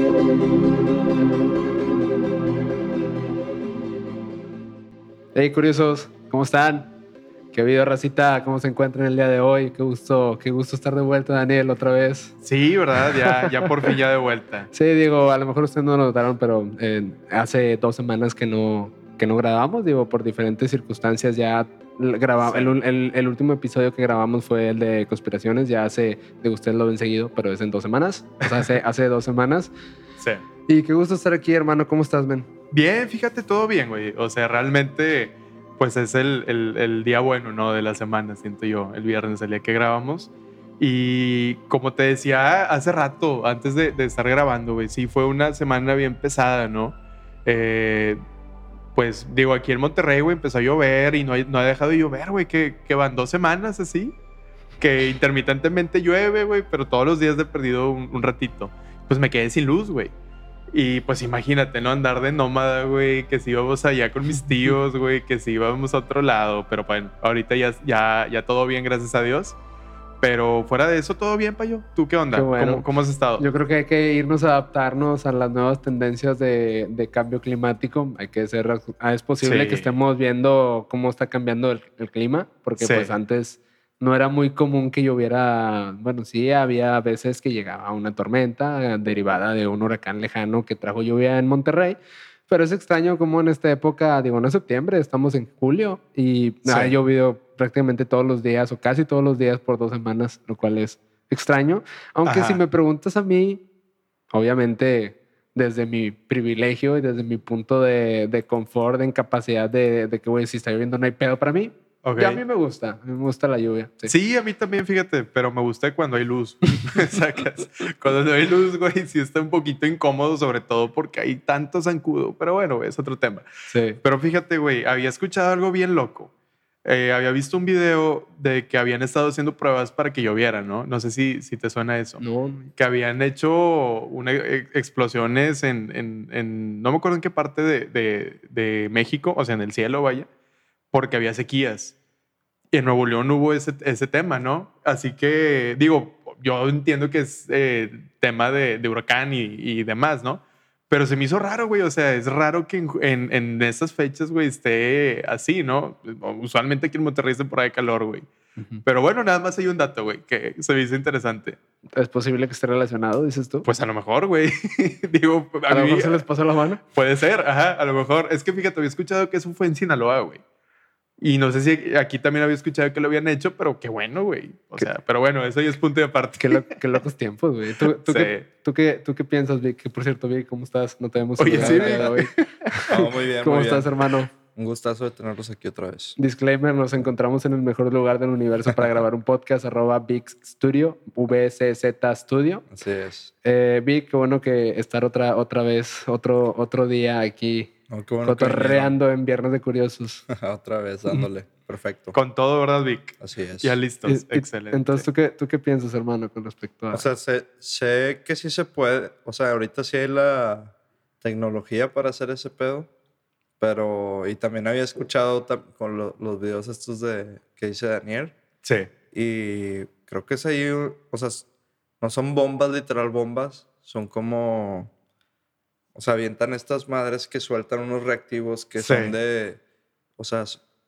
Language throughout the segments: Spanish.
Hey, curiosos, ¿cómo están? ¿Qué video, racita? ¿Cómo se encuentran el día de hoy? Qué gusto estar de vuelta, Daniel, otra vez. Sí, ¿verdad? Ya por fin ya de vuelta. Sí, digo, a lo mejor ustedes no lo notaron, pero hace 2 semanas que no grabamos, digo, por diferentes circunstancias ya grabamos. Sí. El último episodio que grabamos fue el de conspiraciones, ya hace, digo, ustedes lo ven seguido, pero es en 2 semanas, o sea, hace 2 semanas. Sí. Y qué gusto estar aquí, hermano. ¿Cómo estás, men? Bien, fíjate, todo bien, güey. O sea, realmente, pues es el día bueno, ¿no? De la semana, siento yo, el viernes, el día que grabamos. Y como te decía hace rato, antes de estar grabando, güey, sí, fue una semana bien pesada, ¿no? Pues digo, aquí en Monterrey, güey, empezó a llover y no ha dejado de llover, güey, que van 2 semanas así, que intermitentemente llueve, güey, pero todos los días he perdido un ratito. Pues me quedé sin luz, güey. Y pues imagínate, ¿no? Andar de nómada, güey, que si íbamos allá con mis tíos, güey, que si íbamos a otro lado, pero bueno, ahorita ya todo bien, gracias a Dios. Pero fuera de eso, todo bien, Payo. ¿Tú qué onda? Qué bueno. ¿Cómo has estado? Yo creo que hay que irnos a adaptarnos a las nuevas tendencias de cambio climático. Hay que ser... Es posible que estemos viendo cómo está cambiando el clima, porque pues antes no era muy común que lloviera. Bueno, sí, había veces que llegaba una tormenta derivada de un huracán lejano que trajo lluvia en Monterrey. Pero es extraño como en esta época, digo, no es septiembre, estamos en julio y ha llovido prácticamente todos los días o casi todos los días por 2 semanas, lo cual es extraño. Aunque si me preguntas a mí, obviamente desde mi privilegio y desde mi punto de confort, de incapacidad de que, güey, si está lloviendo no hay pedo para mí. Okay. Ya a mí me gusta la lluvia. Sí, a mí también, fíjate, pero me gusta cuando hay luz. ¿Sacas? Cuando no hay luz, güey, sí está un poquito incómodo, sobre todo porque hay tanto zancudo. Pero bueno, es otro tema. Sí. Pero fíjate, güey, había escuchado algo bien loco. Había visto un video de que habían estado haciendo pruebas para que lloviera, ¿no? No sé si te suena eso. No. Que habían hecho explosiones en no me acuerdo en qué parte de México, o sea, en el cielo, vaya, porque había sequías. Y en Nuevo León hubo ese tema, ¿no? Así que, digo, yo entiendo que es tema de huracán y demás, ¿no? Pero se me hizo raro, güey. O sea, es raro que en estas fechas, güey, esté así, ¿no? Usualmente aquí en Monterrey es temporada de calor, güey. Uh-huh. Pero bueno, nada más hay un dato, güey, que se me hizo interesante. ¿Es posible que esté relacionado, dices tú? Pues a lo mejor, güey. Digo, a lo mejor se les pasó la mano. Puede ser, ajá, a lo mejor. Es que fíjate, había escuchado que eso fue en Sinaloa, güey. Y no sé si aquí también había escuchado que lo habían hecho, pero qué bueno, güey. O sea, pero bueno, eso ya es punto de aparte. Qué locos tiempos, güey. ¿Tú qué piensas, Vic? Que por cierto, Vic, ¿cómo estás? No te vemos. Oye, sí, güey. No, muy bien, ¿Cómo muy estás, bien. hermano? Un gustazo de tenerlos aquí otra vez. Disclaimer, nos encontramos en el mejor lugar del universo para grabar un podcast, @Vic Studio, VCZ Studio. Así es. Vic, qué bueno que estar otra vez, otro día aquí. Oh, qué bueno, cotorreando en Viernes de Curiosos. Otra vez, dándole. Perfecto. Con todo, ¿verdad, Vic? Así es. Ya listos. Excelente. Entonces, ¿tú qué piensas, hermano, con respecto a...? O sea, sé que sí se puede. O sea, ahorita sí hay la tecnología para hacer ese pedo. Pero... Y también había escuchado con los videos estos que dice Daniel. Sí. Y creo que es ahí... O sea, no son bombas, literal bombas. Son como... O sea, avientan estas madres que sueltan unos reactivos que son de... O sea,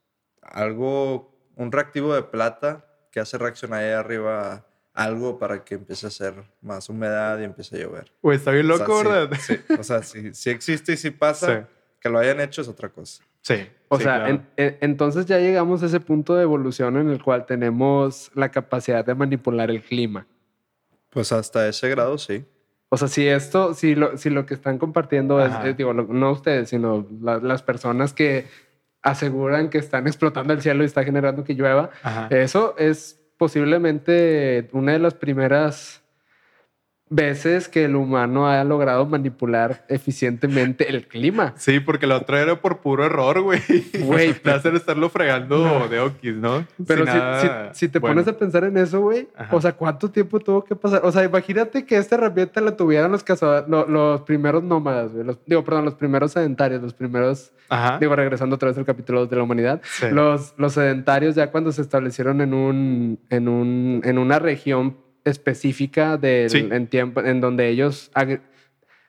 un reactivo de plata que hace reaccionar ahí arriba algo para que empiece a hacer más humedad y empiece a llover. Güey, está bien loco, ¿verdad? Sí. O sea, si existe y si pasa, que lo hayan hecho es otra cosa. Sí. O sea, claro. Entonces ya llegamos a ese punto de evolución en el cual tenemos la capacidad de manipular el clima. Pues hasta ese grado, sí. O sea, si lo que están compartiendo es digo, no ustedes, sino las personas que aseguran que están explotando el cielo y está generando que llueva, eso es posiblemente una de las primeras veces que el humano ha logrado manipular eficientemente el clima. Sí, porque la otra era por puro error, güey. Güey, te hacen estarlo fregando de okis, ¿no? Pero si te pones a pensar en eso, güey, o sea, ¿cuánto tiempo tuvo que pasar? O sea, imagínate que esta herramienta la tuvieran los cazadores, los primeros nómadas, güey. Los primeros sedentarios, los primeros... Digo, regresando otra vez al capítulo de la humanidad. Sí. Los sedentarios ya cuando se establecieron en una región específica en donde ellos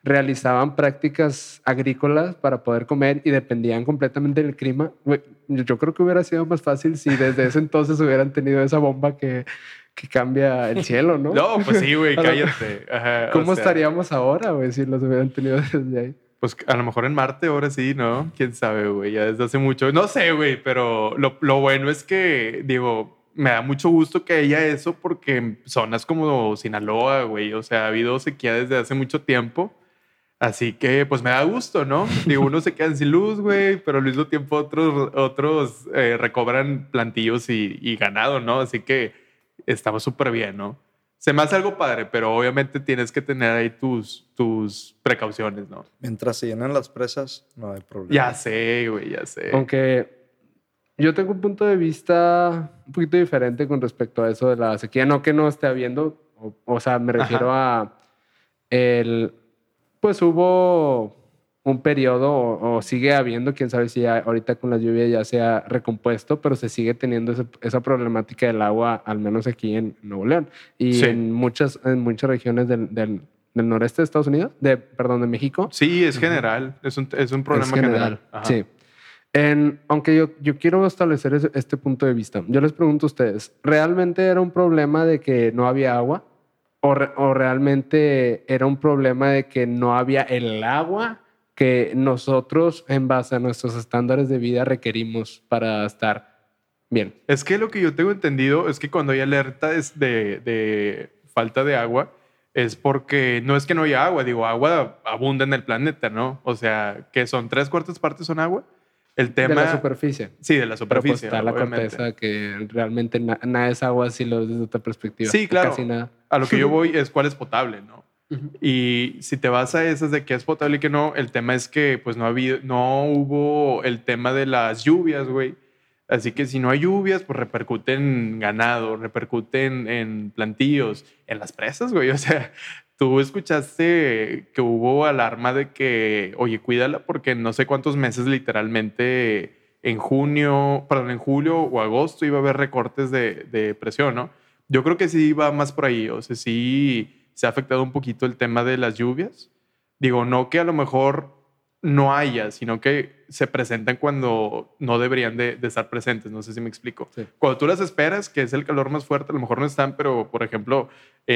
realizaban prácticas agrícolas para poder comer y dependían completamente del clima. Yo creo que hubiera sido más fácil si desde ese entonces hubieran tenido esa bomba que cambia el cielo, ¿no? No, pues sí, güey, cállate. Ajá, ¿Cómo estaríamos ahora, güey, si los hubieran tenido desde ahí? Pues a lo mejor en Marte ahora sí, ¿no? Quién sabe, güey, ya desde hace mucho. No sé, güey, pero lo bueno es que, digo, me da mucho gusto que haya eso porque zonas como Sinaloa, güey, o sea, ha habido sequía desde hace mucho tiempo. Así que, pues me da gusto, ¿no? Digo, unos se quedan sin luz, güey, pero al mismo tiempo otros recobran plantillos y ganado, ¿no? Así que estamos súper bien, ¿no? Se me hace algo padre, pero obviamente tienes que tener ahí tus precauciones, ¿no? Mientras se llenan las presas, no hay problema. Ya sé, güey, ya sé. Aunque yo tengo un punto de vista un poquito diferente con respecto a eso de la sequía. No que no esté habiendo, o sea, me refiero a pues hubo un periodo o sigue habiendo, quién sabe si ya ahorita con las lluvias ya se ha recompuesto, pero se sigue teniendo esa problemática del agua, al menos aquí en Nuevo León y en muchas regiones del noreste de Estados Unidos, de México. Sí, es general, es un problema general. Sí. Aunque yo quiero establecer este punto de vista. Yo les pregunto a ustedes, ¿realmente era un problema de que no había agua? ¿O realmente era un problema de que no había el agua que nosotros, en base a nuestros estándares de vida, requerimos para estar bien? Es que lo que yo tengo entendido es que cuando hay alerta de falta de agua, es porque no es que no haya agua, digo, agua abunda en el planeta, ¿no? O sea, que son 3/4 partes son agua. El tema... De la superficie. Sí, de la superficie. Pero pues está la corteza, que realmente nada es agua si lo ves desde otra perspectiva. Sí, claro. Casi nada. A lo que yo voy es cuál es potable, ¿no? Y si te vas a esas de que es potable y que no, el tema es que pues no hubo el tema de las lluvias, güey. Así que si no hay lluvias, pues repercute en ganado, repercute en plantíos, en las presas, güey. O sea, tú escuchaste que hubo alarma de que, oye, cuídala porque no sé cuántos meses literalmente en julio o agosto iba a haber recortes de presión, ¿no? Yo creo que sí va más por ahí. O sea, sí se ha afectado un poquito el tema de las lluvias. Digo, no que a lo mejor no haya, sino que se presentan cuando no deberían de estar presentes. No sé si me explico. Sí. Cuando tú las esperas, que es el calor más fuerte, a lo mejor no están, pero por ejemplo,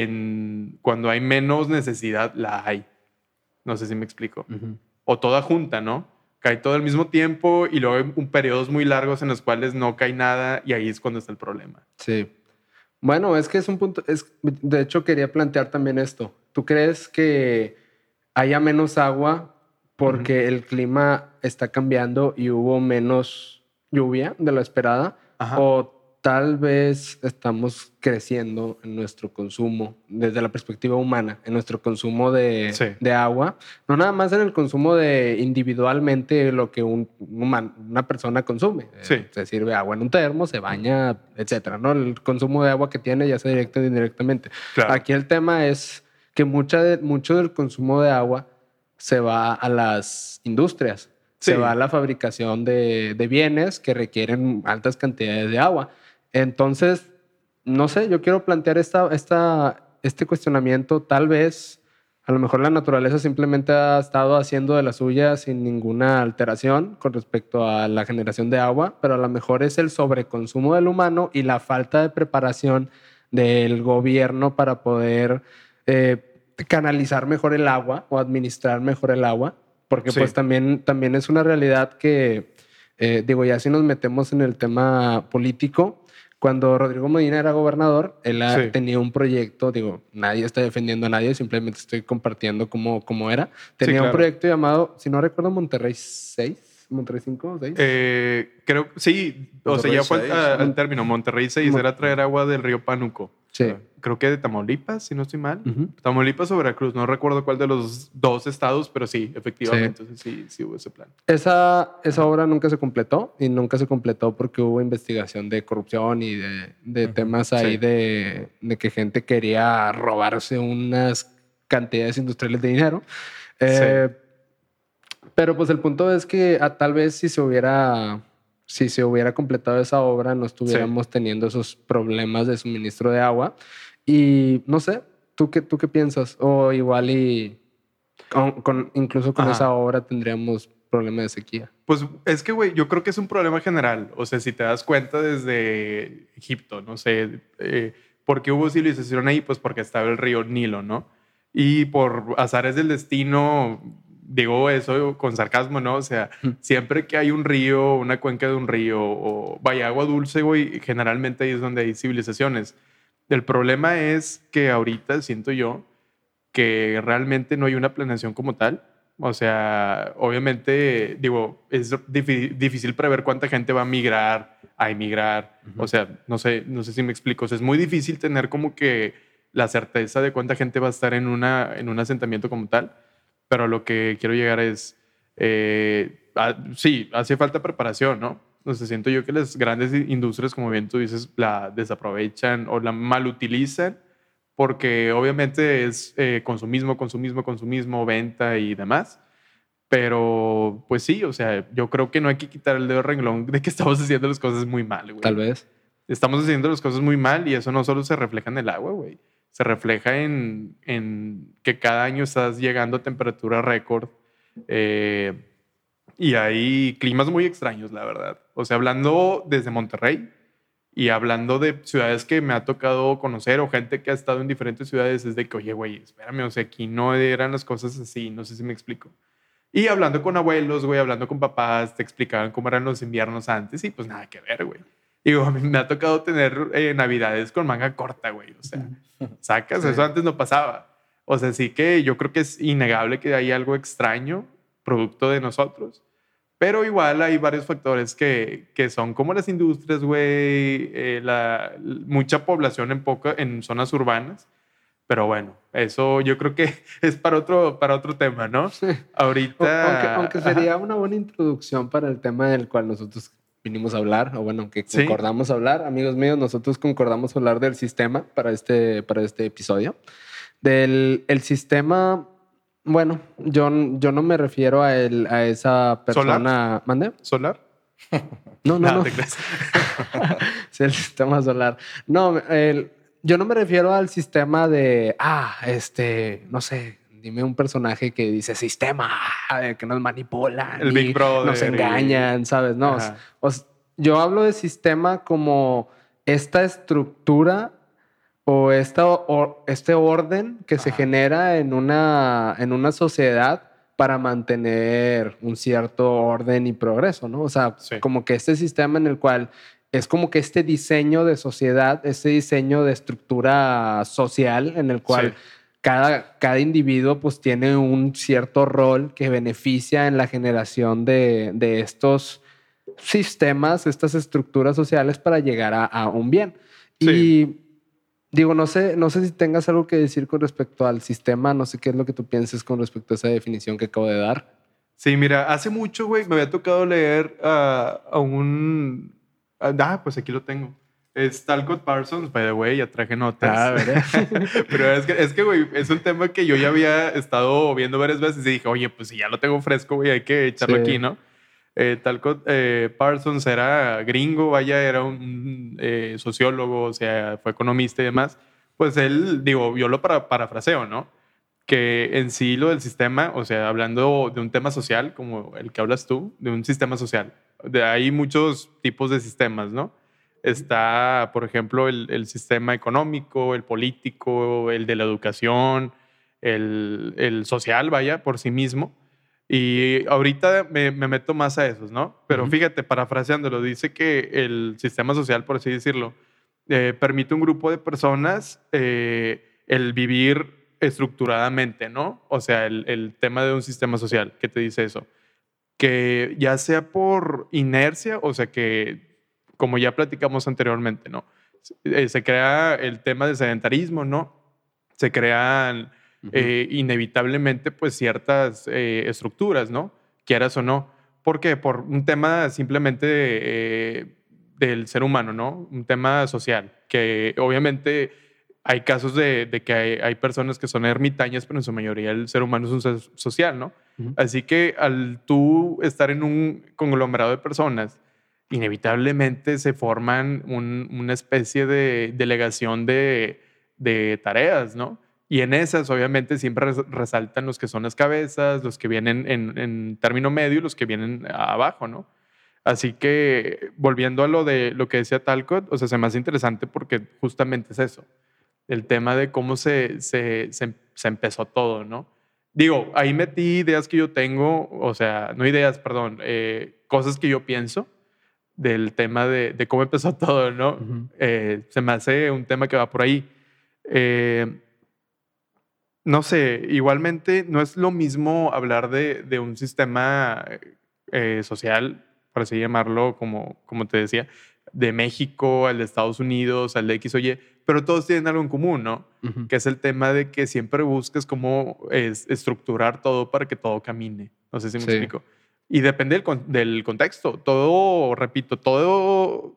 cuando hay menos necesidad, la hay. No sé si me explico. O toda junta, ¿no? Cae todo al mismo tiempo y luego hay periodos muy largos en los cuales no cae nada y ahí es cuando está el problema. Sí. Bueno, es que es un punto... de hecho, quería plantear también esto. ¿Tú crees que haya menos agua porque el clima está cambiando y hubo menos lluvia de lo esperada? ¿O tal vez estamos creciendo en nuestro consumo, desde la perspectiva humana, en nuestro consumo de agua? No nada más en el consumo de individualmente lo que una persona consume. Se sirve agua en un termo, se baña, etcétera, ¿no? El consumo de agua que tiene, ya sea directo o indirectamente. Claro. Aquí el tema es que mucho del consumo de agua se va a las industrias. Se va a la fabricación de bienes que requieren altas cantidades de agua. Entonces, no sé, yo quiero plantear este cuestionamiento. Tal vez, a lo mejor la naturaleza simplemente ha estado haciendo de la suya sin ninguna alteración con respecto a la generación de agua, pero a lo mejor es el sobreconsumo del humano y la falta de preparación del gobierno para poder canalizar mejor el agua o administrar mejor el agua, porque pues también es una realidad que, digo, ya si nos metemos en el tema político, cuando Rodrigo Medina era gobernador, él tenía un proyecto, digo, nadie está defendiendo a nadie, simplemente estoy compartiendo cómo era. Tenía un proyecto llamado, si no recuerdo, Monterrey 6, Monterrey 5, 6. Creo, sí, o sea, ya fue al término. Monterrey 6 era traer agua del río Pánuco. Sí. Creo que de Tamaulipas, si no estoy mal. Tamaulipas o Veracruz, no recuerdo cuál de los dos estados, pero sí, efectivamente. Entonces sí hubo ese plan. Esa obra nunca se completó y nunca se completó porque hubo investigación de corrupción y de temas ahí de que gente quería robarse unas cantidades industriales de dinero. Pero pues el punto es que tal vez si se hubiera completado esa obra, no estuviéramos teniendo esos problemas de suministro de agua. Y no sé, ¿tú qué piensas? O igual y... Incluso con esa obra tendríamos problema de sequía. Pues es que, güey, yo creo que es un problema general. O sea, si te das cuenta desde Egipto, no sé, ¿por qué hubo civilización ahí? Pues porque estaba el río Nilo, ¿no? Y por azares del destino, digo eso con sarcasmo, ¿no? O sea, siempre que hay un río, una cuenca de un río, o vaya, agua dulce, güey, generalmente ahí es donde hay civilizaciones. El problema es que ahorita siento yo que realmente no hay una planeación como tal. O sea, obviamente, digo, es difícil prever cuánta gente va a emigrar. O sea, no sé si me explico. O sea, es muy difícil tener como que la certeza de cuánta gente va a estar en un asentamiento como tal. Pero lo que quiero llegar es, sí, hace falta preparación, ¿no? O sea, siento yo que las grandes industrias, como bien tú dices, la desaprovechan o la malutilizan porque obviamente es consumismo, venta y demás. Pero pues sí, o sea, yo creo que no hay que quitar el dedo del renglón de que estamos haciendo las cosas muy mal, güey. Tal vez. Estamos haciendo las cosas muy mal y eso no solo se refleja en el agua, güey. Se refleja en que cada año estás llegando a temperatura récord y hay climas muy extraños, la verdad. O sea, hablando desde Monterrey, y hablando de ciudades que me ha tocado conocer o gente que ha estado en diferentes ciudades, es de que, oye, güey, espérame, o sea, aquí no eran las cosas así, no sé si me explico. Y hablando con abuelos, güey, hablando con papás, te explicaban cómo eran los inviernos antes y pues nada que ver, güey. Digo, a mí me ha tocado tener navidades con manga corta, güey, o sea, sacas, eso antes no pasaba. O sea, sí que yo creo que es innegable que hay algo extraño, producto de nosotros. Pero igual hay varios factores que son como las industrias, güey, mucha población en zonas urbanas. Pero bueno, eso yo creo que es para otro tema, ¿no? Sí. Ahorita... Aunque sería una buena introducción para el tema del cual nosotros vinimos a hablar, o bueno, que concordamos hablar. Amigos míos, nosotros concordamos hablar del sistema para este episodio. El sistema... Bueno, yo no me refiero a esa persona... ¿Solar? ¿Mande? ¿Solar? No. ¿Te crees? Sí, el sistema solar. No, yo no me refiero al sistema de... no sé, dime un personaje que dice sistema, que nos manipulan. El Big Brother. Nos engañan, ¿sabes? No, yo hablo de sistema como esta estructura o este orden que se genera en una sociedad para mantener un cierto orden y progreso, ¿no? O sea, como que este sistema en el cual es como que este diseño de sociedad, este diseño de estructura social en el cual cada individuo pues tiene un cierto rol que beneficia en la generación de estos sistemas, estas estructuras sociales para llegar a un bien. Sí. Y digo, no sé si tengas algo que decir con respecto al sistema, no sé qué es lo que tú pienses con respecto a esa definición que acabo de dar. Sí, mira, hace mucho, güey, me había tocado leer pues aquí lo tengo. Es Talcott Parsons, by the way, ya traje notas. ¿verdad? Pero es que, güey, es un tema que yo ya había estado viendo varias veces y dije, oye, pues si ya lo tengo fresco, güey, hay que echarlo aquí, ¿no? Talcott Parsons era gringo, vaya, era un sociólogo, o sea, fue economista y demás. Pues él, digo, yo lo parafraseo, ¿no? Que en sí lo del sistema, o sea, hablando de un tema social, como el que hablas tú, de un sistema social. Hay muchos tipos de sistemas, ¿no? Está, por ejemplo, el sistema económico, el político, el de la educación, el social, vaya, por sí mismo. Y ahorita me meto más a esos, ¿no? Pero fíjate, parafraseándolo, dice que el sistema social, por así decirlo, permite a un grupo de personas el vivir estructuradamente, ¿no? O sea, el tema de un sistema social, ¿qué te dice eso? Que ya sea por inercia, o sea que, como ya platicamos anteriormente, ¿no? Se crea el tema del sedentarismo, ¿no? Se crean inevitablemente pues ciertas estructuras, ¿no? Quieras o no. ¿Por qué? Por un tema simplemente del ser humano, ¿no? Un tema social, que obviamente hay casos de que hay personas que son ermitañas, pero en su mayoría el ser humano es un ser social, ¿no? Así que al tú estar en un conglomerado de personas, inevitablemente se forman una especie de delegación de tareas, ¿no? Y en esas, obviamente, siempre resaltan los que son las cabezas, los que vienen en término medio y los que vienen abajo, ¿no? Así que, volviendo a lo de lo que decía Talcott, o sea, se me hace interesante porque justamente es eso. El tema de cómo se empezó todo, ¿no? Digo, ahí metí ideas que yo tengo, o sea, no ideas, perdón, cosas que yo pienso del tema de cómo empezó todo, ¿no? Se me hace un tema que va por ahí. No sé, igualmente no es lo mismo hablar de un sistema social, por así llamarlo, como te decía, de México, al de Estados Unidos, al de X o Y, pero todos tienen algo en común, ¿no? Que es el tema de que siempre buscas cómo estructurar todo para que todo camine. No sé si me explico. Y depende del contexto. Todo, repito, todo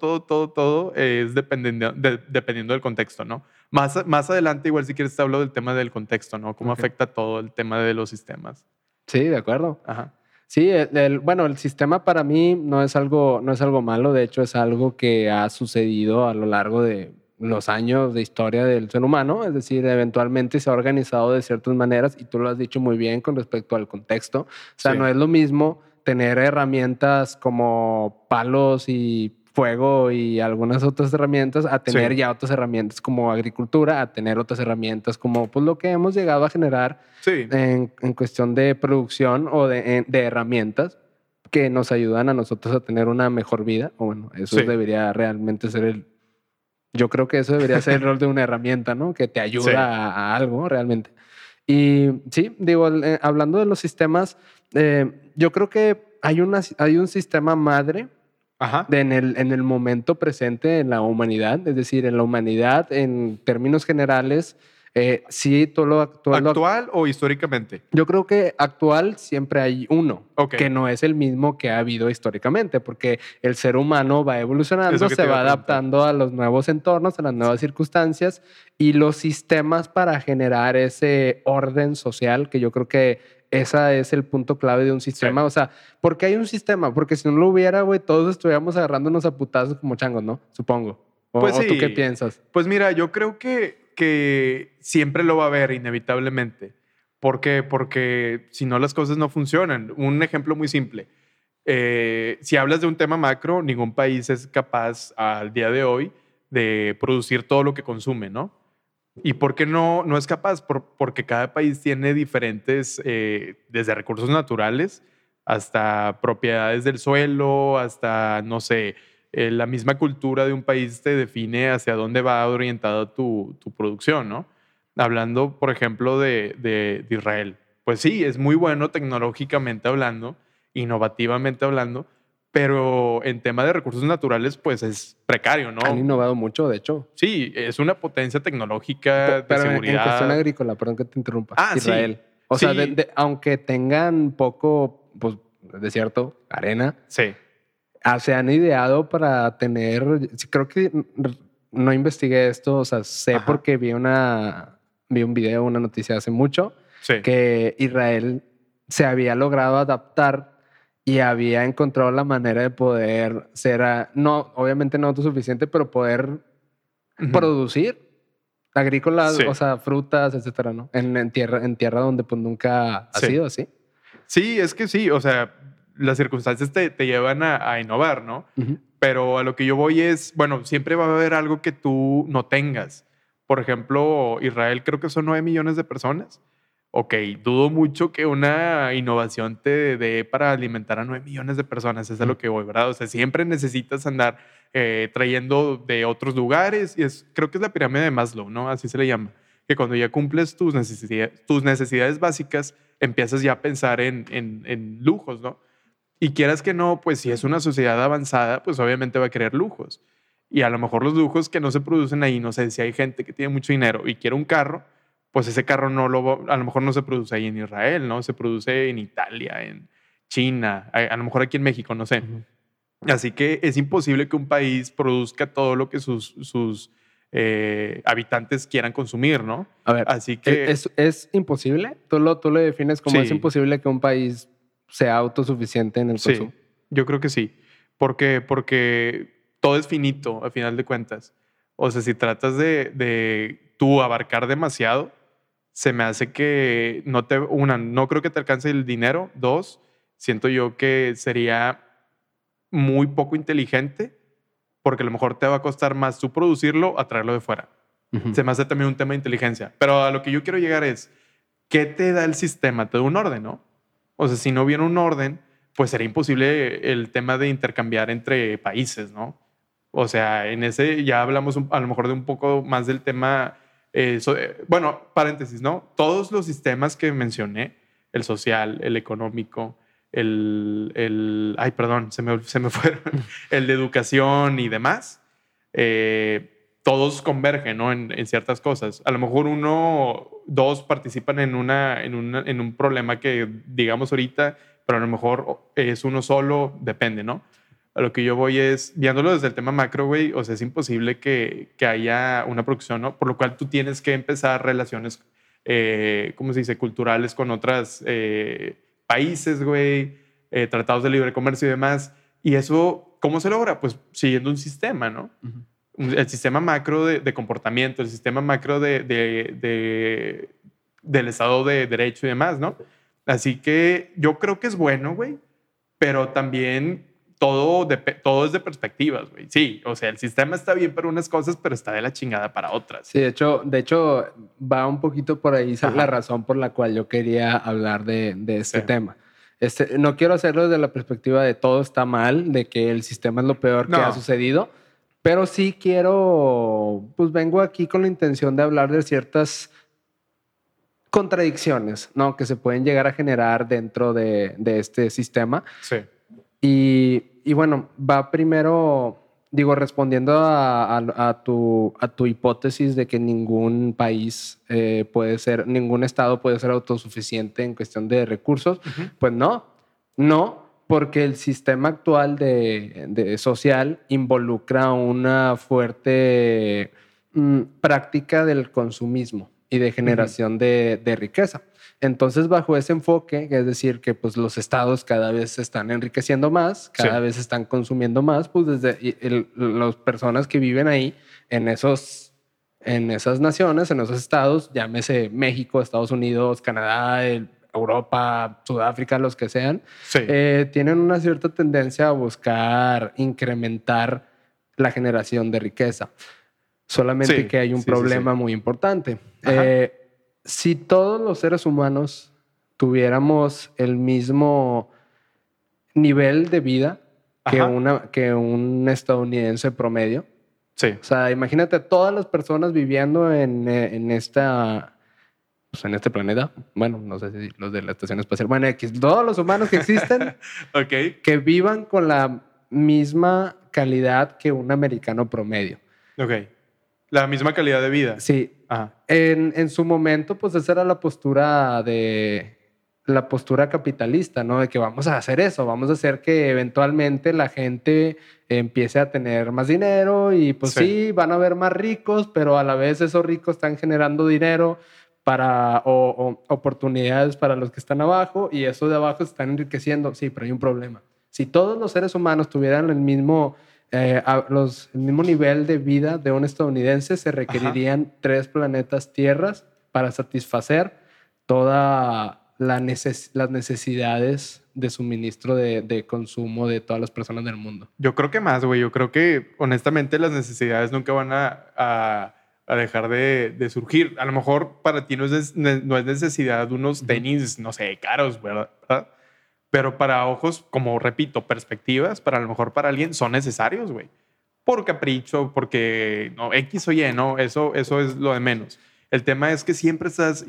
es dependiendo del contexto, ¿no? Más adelante, igual si quieres te hablo del tema del contexto, ¿no? Cómo afecta todo el tema de los sistemas. Sí, de acuerdo. Ajá. Sí, bueno, el sistema para mí no es algo malo. De hecho, es algo que ha sucedido a lo largo de los años de historia del ser humano. Es decir, eventualmente se ha organizado de ciertas maneras y tú lo has dicho muy bien con respecto al contexto. O sea, no es lo mismo tener herramientas como palos y fuego y algunas otras herramientas a tener ya otras herramientas como agricultura, a tener otras herramientas como pues, lo que hemos llegado a generar en cuestión de producción o de herramientas que nos ayudan a nosotros a tener una mejor vida. O bueno, eso debería realmente ser yo creo que eso debería ser el rol de una herramienta, ¿no? Que te ayuda a algo realmente. Y sí, digo, hablando de los sistemas, yo creo que hay un sistema madre en el momento presente en la humanidad. Es decir, en la humanidad, en términos generales, sí, ¿Actual o históricamente? Yo creo que actual siempre hay uno, que no es el mismo que ha habido históricamente, porque el ser humano va evolucionando, se va adaptando a los nuevos entornos, a las nuevas circunstancias y los sistemas para generar ese orden social, que yo creo que ese es el punto clave de un sistema. O sea, ¿por qué hay un sistema? Porque si no lo hubiera, güey, todos estuviéramos agarrándonos a putazos como changos, ¿no? Supongo. ¿O tú qué piensas? Pues mira, yo creo que siempre lo va a haber inevitablemente. ¿Por qué? Porque si no las cosas no funcionan. Un ejemplo muy simple. Si hablas de un tema macro, ningún país es capaz al día de hoy de producir todo lo que consume, ¿no? ¿Y por qué no es capaz? Porque cada país tiene diferentes, desde recursos naturales hasta propiedades del suelo, hasta, no sé, la misma cultura de un país te define hacia dónde va orientada tu producción, ¿no? Hablando, por ejemplo, de Israel. Pues sí, es muy bueno tecnológicamente hablando, innovativamente hablando, pero en tema de recursos naturales, pues es precario, ¿no? Han innovado mucho, de hecho. Sí, es una potencia tecnológica de seguridad. En cuestión agrícola, perdón que te interrumpa. Israel. Sí. O sea, aunque tengan poco, pues, desierto, arena. Sí. Se han ideado para tener, creo que no investigué esto, o sea, sé porque vi un video, una noticia hace mucho, que Israel se había logrado adaptar y había encontrado la manera de poder ser, obviamente no autosuficiente, pero poder producir agrícolas, o sea, frutas, etcétera, ¿no? En tierra donde pues nunca ha sido así. Sí, es que sí, o sea, las circunstancias te llevan a innovar, ¿no? Pero a lo que yo voy es, bueno, siempre va a haber algo que tú no tengas. Por ejemplo, Israel creo que son 9 millones de personas. Ok, dudo mucho que una innovación te dé para alimentar a 9 millones de personas. Es a lo que voy, ¿verdad? O sea, siempre necesitas andar trayendo de otros lugares. Y creo que es la pirámide de Maslow, ¿no? Así se le llama. Que cuando ya cumples tus necesidades básicas, empiezas ya a pensar en lujos, ¿no? Y quieras que no, pues si es una sociedad avanzada, pues obviamente va a querer lujos. Y a lo mejor los lujos que no se producen ahí, no sé, si hay gente que tiene mucho dinero y quiere un carro, pues ese carro a lo mejor no se produce ahí en Israel, ¿no? Se produce en Italia, en China, a lo mejor aquí en México, no sé. Así que es imposible que un país produzca todo lo que sus habitantes quieran consumir, ¿no? A ver, así que ¿es imposible? ¿Tú lo defines como es imposible que un país sea autosuficiente en el consumo? Yo creo que sí. Porque todo es finito, a final de cuentas. O sea, si tratas de tú abarcar demasiado, se me hace que no creo que te alcance el dinero. 2, siento yo que sería muy poco inteligente porque a lo mejor te va a costar más tú producirlo a traerlo de fuera. Se me hace también un tema de inteligencia. Pero a lo que yo quiero llegar es, ¿qué te da el sistema? Te da un orden, ¿no? O sea, si no viene un orden, pues sería imposible el tema de intercambiar entre países, ¿no? O sea, en ese ya hablamos a lo mejor de un poco más del tema. Bueno, paréntesis, ¿no? Todos los sistemas que mencioné, el social, el económico, ay, perdón, se me fueron, el de educación y demás, todos convergen, ¿no? En ciertas cosas. A lo mejor dos participan en un problema que digamos ahorita, pero a lo mejor es uno solo, depende, ¿no? A lo que yo voy es, viéndolo desde el tema macro, güey, o sea, es imposible que haya una producción, ¿no? Por lo cual tú tienes que empezar relaciones, ¿cómo se dice?, culturales con otros países, güey, tratados de libre comercio y demás. Y eso, ¿cómo se logra? Pues siguiendo un sistema, ¿no? El sistema macro de comportamiento, el sistema macro del Estado de Derecho y demás, ¿no? Así que yo creo que es bueno, güey, pero también todo es de perspectivas, güey. Sí, o sea, el sistema está bien para unas cosas, pero está de la chingada para otras. Sí, de hecho va un poquito por ahí la razón por la cual yo quería hablar de este tema. No quiero hacerlo desde la perspectiva de todo está mal, de que el sistema es lo peor que ha sucedido, pero sí pues vengo aquí con la intención de hablar de ciertas contradicciones, ¿no? Que se pueden llegar a generar dentro de este sistema. Sí. Y bueno, va primero, digo, respondiendo a tu hipótesis de que ningún país ningún estado puede ser autosuficiente en cuestión de recursos. Pues no, porque el sistema actual de social involucra una fuerte práctica del consumismo y de generación de riqueza. Entonces, bajo ese enfoque, es decir, que pues, los estados cada vez se están enriqueciendo más, cada vez están consumiendo más, pues desde las personas que viven ahí en esas naciones, en esos estados, llámese México, Estados Unidos, Canadá, Europa, Sudáfrica, los que sean, tienen una cierta tendencia a buscar incrementar la generación de riqueza. Solamente que hay un problema muy importante. Si todos los seres humanos tuviéramos el mismo nivel de vida que un estadounidense promedio, o sea, imagínate todas las personas viviendo en este planeta. Bueno, no sé si los de la estación espacial. Bueno, todos los humanos que existen que vivan con la misma calidad que un americano promedio. La misma calidad de vida. Sí. En su momento, pues esa era la postura capitalista, ¿no? De que vamos a hacer eso, vamos a hacer que eventualmente la gente empiece a tener más dinero y pues sí, van a haber más ricos, pero a la vez esos ricos están generando dinero o oportunidades para los que están abajo y esos de abajo se están enriqueciendo. Sí, pero hay un problema. Si todos los seres humanos tuvieran el mismo nivel de vida de un estadounidense, se requerirían 3 planetas tierras para satisfacer todas las necesidades de suministro de consumo de todas las personas del mundo. Yo creo que más, güey. Yo creo que honestamente las necesidades nunca van a dejar de surgir. A lo mejor para ti no es necesidad de unos tenis, no sé, caros, ¿verdad? Pero para ojos, como repito, perspectivas, para a lo mejor para alguien son necesarios, güey. Por capricho, porque no, X o Y, no, eso es lo de menos. El tema es que siempre estás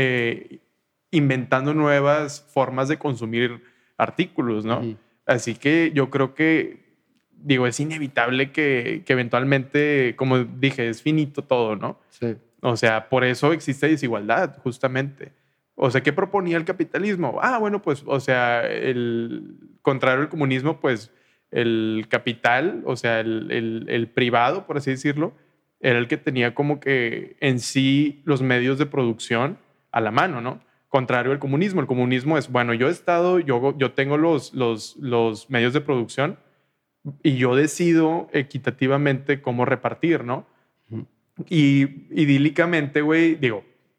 inventando nuevas formas de consumir artículos, ¿no? Así que yo creo que, digo, es inevitable que eventualmente, como dije, es finito todo, ¿no? Sí. O sea, por eso existe desigualdad, justamente. O sea, ¿qué proponía el capitalismo? Bueno, pues, o sea, contrario al comunismo, pues el capital, o sea, el privado, por así decirlo, era el que tenía como que en sí los medios de producción a la mano, ¿no? Contrario al comunismo. El comunismo es, bueno, yo tengo los medios de producción y yo decido equitativamente cómo repartir, ¿no? Y idílicamente, güey, digo,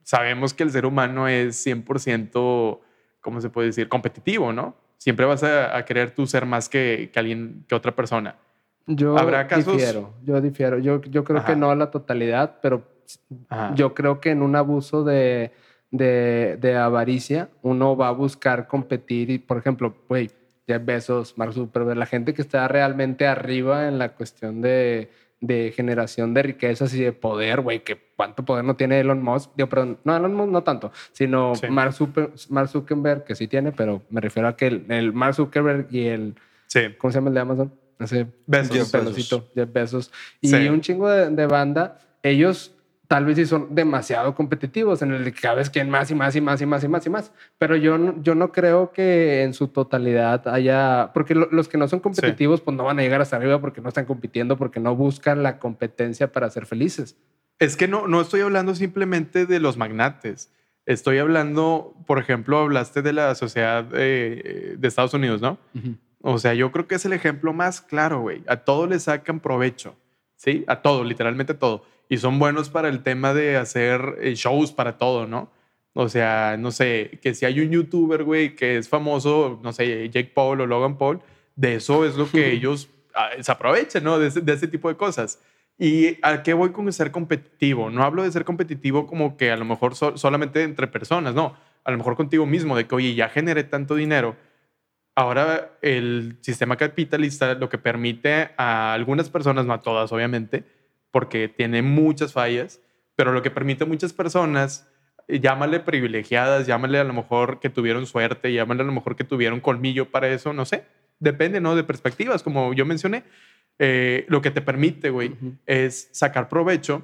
sabemos que el ser humano es 100%, ¿cómo se puede decir? Competitivo, ¿no? Siempre vas a querer tú ser más que alguien, que otra persona. ¿Habrá casos? Yo difiero. Yo creo que no a la totalidad, pero yo creo que en un abuso de avaricia, uno va a buscar competir y, por ejemplo, güey, Jeff Bezos, Mark Zuckerberg, la gente que está realmente arriba en la cuestión de generación de riquezas y de poder, güey, que cuánto poder no tiene Elon Musk. Digo, perdón, no, Elon Musk no tanto, sino sí. Mark Zuckerberg, que sí tiene, pero me refiero a que el Mark Zuckerberg y el... Sí. ¿Cómo se llama el de Amazon? Ese Bezos. Jeff Bezos. Y un chingo de banda, ellos tal vez sí son demasiado competitivos en el que cada vez quieren más y más y más y más y más y más. Pero yo no creo que en su totalidad haya... Porque los que no son competitivos pues no van a llegar hasta arriba porque no están compitiendo, porque no buscan la competencia para ser felices. Es que no estoy hablando simplemente de los magnates. Estoy hablando, por ejemplo, hablaste de la sociedad de Estados Unidos, ¿no? Uh-huh. O sea, yo creo que es el ejemplo más claro, güey. A todo le sacan provecho, ¿sí? A todo, literalmente a todo. Y son buenos para el tema de hacer shows para todo, ¿no? O sea, no sé, que si hay un youtuber, güey, que es famoso, no sé, Jake Paul o Logan Paul, de eso es lo que ellos se aprovechan, ¿no? De ese tipo de cosas. ¿Y a qué voy con ser competitivo? No hablo de ser competitivo como que a lo mejor solamente entre personas, no. A lo mejor contigo mismo, de que, oye, ya generé tanto dinero. Ahora el sistema capitalista lo que permite a algunas personas, no a todas obviamente, porque tiene muchas fallas, pero lo que permite a muchas personas, llámale privilegiadas, llámale a lo mejor que tuvieron suerte, llámale a lo mejor que tuvieron colmillo para eso, no sé, depende, ¿no? De perspectivas, como yo mencioné. Lo que te permite, güey, es sacar provecho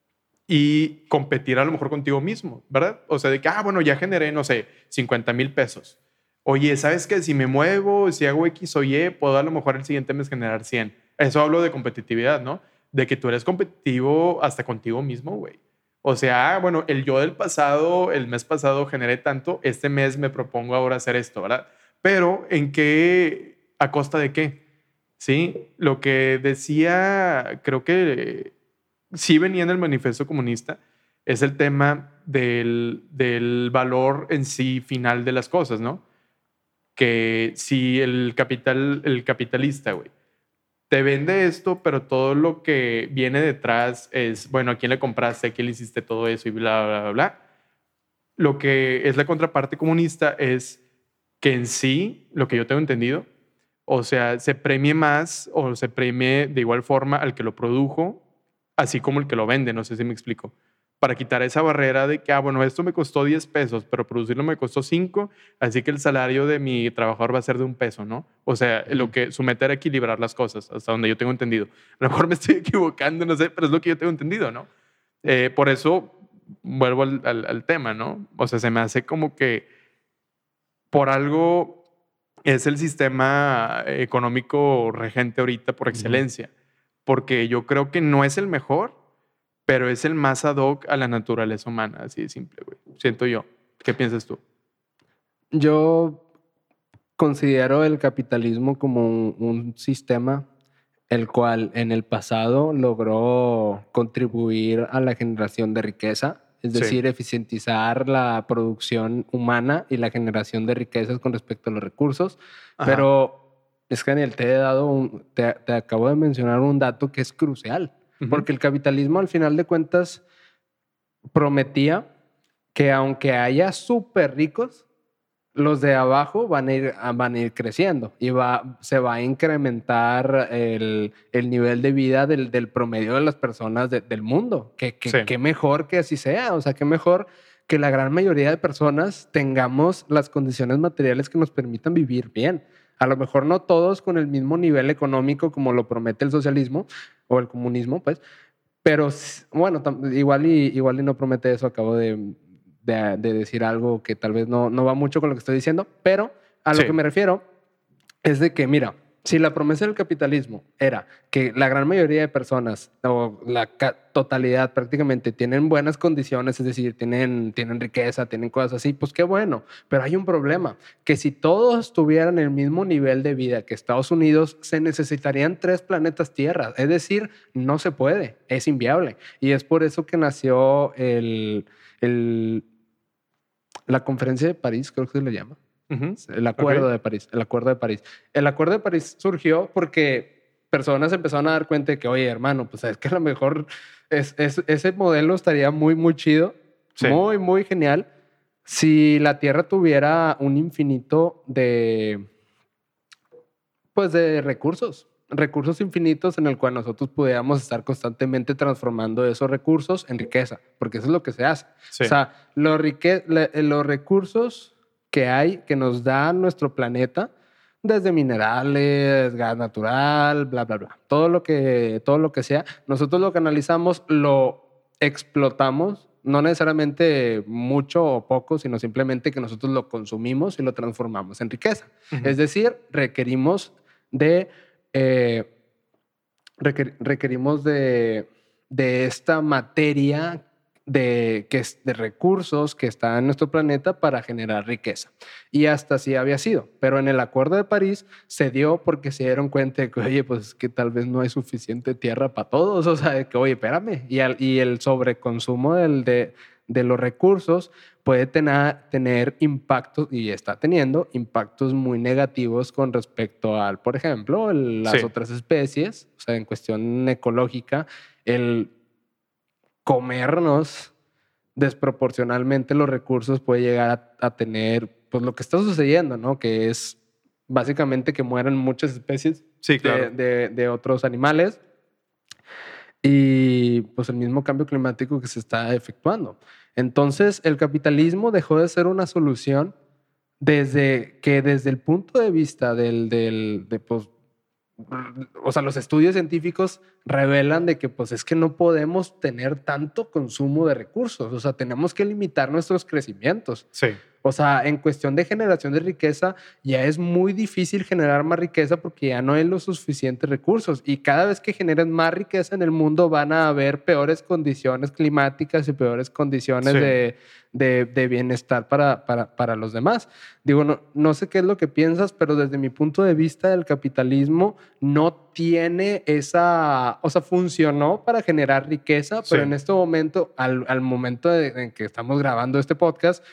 y competir a lo mejor contigo mismo, ¿verdad? O sea, de que, bueno, ya generé, no sé, 50,000 pesos. Oye, ¿sabes qué? Si me muevo, si hago X o Y, puedo a lo mejor el siguiente mes generar 100. Eso hablo de competitividad, ¿no? De que tú eres competitivo hasta contigo mismo, güey. O sea, bueno, el yo del pasado, el mes pasado generé tanto, este mes me propongo ahora hacer esto, ¿verdad? Pero ¿en qué? ¿A costa de qué? Sí, lo que decía, creo que sí venía en el manifiesto comunista, es el tema del valor en sí final de las cosas, ¿no? Que si el capitalista, güey, te vende esto, pero todo lo que viene detrás es, bueno, ¿a quién le compraste? ¿A quién le hiciste todo eso? Y bla, bla, bla, bla. Lo que es la contraparte comunista es que en sí, lo que yo tengo entendido, o sea, se premie más o se premie de igual forma al que lo produjo, así como el que lo vende, no sé si me explico. Para quitar esa barrera de que, bueno, esto me costó 10 pesos, pero producirlo me costó 5, así que el salario de mi trabajador va a ser de $1, ¿no? O sea, lo que su meta era equilibrar las cosas, hasta donde yo tengo entendido. A lo mejor me estoy equivocando, no sé, pero es lo que yo tengo entendido, ¿no? Por eso vuelvo al tema, ¿no? O sea, se me hace como que por algo es el sistema económico regente ahorita por excelencia, porque yo creo que no es el mejor, pero es el más ad hoc a la naturaleza humana, así de simple, güey. Siento yo. ¿Qué piensas tú? Yo considero el capitalismo como un sistema el cual en el pasado logró contribuir a la generación de riqueza, es decir, eficientizar la producción humana y la generación de riquezas con respecto a los recursos. Ajá. Pero es que, Daniel, te acabo de mencionar un dato que es crucial. Porque el capitalismo, al final de cuentas, prometía que aunque haya súper ricos, los de abajo van a ir creciendo y se va a incrementar el nivel de vida del promedio de las personas del mundo. Qué mejor que así sea. O sea, qué mejor que la gran mayoría de personas tengamos las condiciones materiales que nos permitan vivir bien. A lo mejor no todos con el mismo nivel económico como lo promete el socialismo o el comunismo, pues. Pero bueno, igual y no promete eso. Acabo de decir algo que tal vez no va mucho con lo que estoy diciendo. Pero a lo que me refiero es de que, mira, si la promesa del capitalismo era que la gran mayoría de personas o la totalidad prácticamente tienen buenas condiciones, es decir, tienen riqueza, tienen cosas así, pues qué bueno. Pero hay un problema, que si todos tuvieran el mismo nivel de vida que Estados Unidos, se necesitarían 3 planetas Tierra. Es decir, no se puede, es inviable. Y es por eso que nació el la conferencia de París, creo que se le llama. Uh-huh. El acuerdo de París. El acuerdo de París. El acuerdo de París surgió porque personas empezaron a dar cuenta de que, oye, hermano, pues es que a lo mejor ese modelo estaría muy, muy chido, muy, muy genial, si la Tierra tuviera un infinito de recursos infinitos en el cual nosotros pudiéramos estar constantemente transformando esos recursos en riqueza, porque eso es lo que se hace. Sí. O sea, los recursos que hay, que nos da nuestro planeta, desde minerales, gas natural, bla, bla, bla, todo lo que sea, nosotros lo canalizamos, lo explotamos, no necesariamente mucho o poco, sino simplemente que nosotros lo consumimos y lo transformamos en riqueza. Uh-huh. Es decir, requerimos de esta materia de recursos que está en nuestro planeta para generar riqueza. Y hasta así había sido. Pero en el Acuerdo de París se dio porque se dieron cuenta de que, oye, pues que tal vez no hay suficiente tierra para todos. O sea, que, oye, espérame. Y el sobreconsumo de los recursos puede tener impactos, y está teniendo impactos muy negativos con respecto al, por ejemplo, las otras especies. O sea, en cuestión ecológica, el comernos desproporcionalmente los recursos puede llegar a tener, pues, lo que está sucediendo, ¿no? Que es básicamente que mueran muchas especies de otros animales, y pues el mismo cambio climático que se está efectuando. Entonces, el capitalismo dejó de ser una solución desde el punto de vista pues, o sea, los estudios científicos revelan de que pues es que no podemos tener tanto consumo de recursos. O sea, tenemos que limitar nuestros crecimientos. Sí. O sea, en cuestión de generación de riqueza, ya es muy difícil generar más riqueza porque ya no hay los suficientes recursos. Y cada vez que generen más riqueza en el mundo van a haber peores condiciones climáticas y peores condiciones de bienestar para los demás. Digo, no sé qué es lo que piensas, pero desde mi punto de vista, el capitalismo no tiene esa... O sea, funcionó para generar riqueza, pero en este momento, al momento en que estamos grabando este podcast,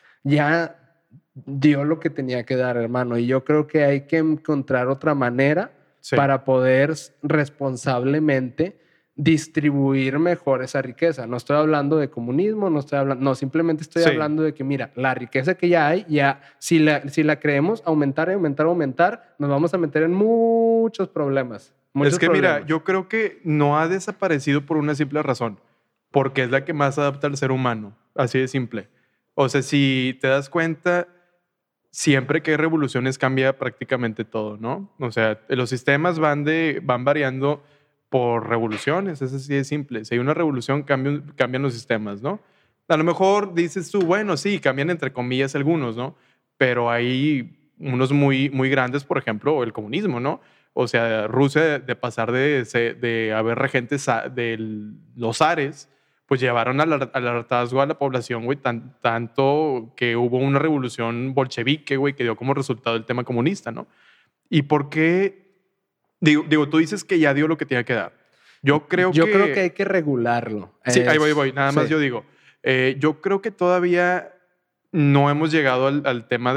ya dio lo que tenía que dar, hermano. Y yo creo que hay que encontrar otra manera para poder responsablemente distribuir mejor esa riqueza. No estoy hablando de comunismo, simplemente estoy hablando de que, mira, la riqueza que ya hay, ya si la creemos aumentar, nos vamos a meter en muchos problemas. Mira, yo creo que no ha desaparecido por una simple razón, porque es la que más adapta al ser humano, así de simple. O sea, si te das cuenta, siempre que hay revoluciones cambia prácticamente todo, ¿no? O sea, los sistemas van variando por revoluciones, es así de simple. Si hay una revolución, cambian los sistemas, ¿no? A lo mejor dices tú, bueno, sí, cambian entre comillas algunos, ¿no? Pero hay unos muy, muy grandes, por ejemplo, el comunismo, ¿no? O sea, Rusia, de pasar de haber regentes de los zares, pues llevaron al hartazgo a la población, güey, tanto que hubo una revolución bolchevique, güey, que dio como resultado el tema comunista, ¿no? ¿Y por qué? Digo, tú dices que ya dio lo que tenía que dar. Yo creo que hay que regularlo. Sí, ahí voy. Nada más yo digo. Yo creo que todavía no hemos llegado al tema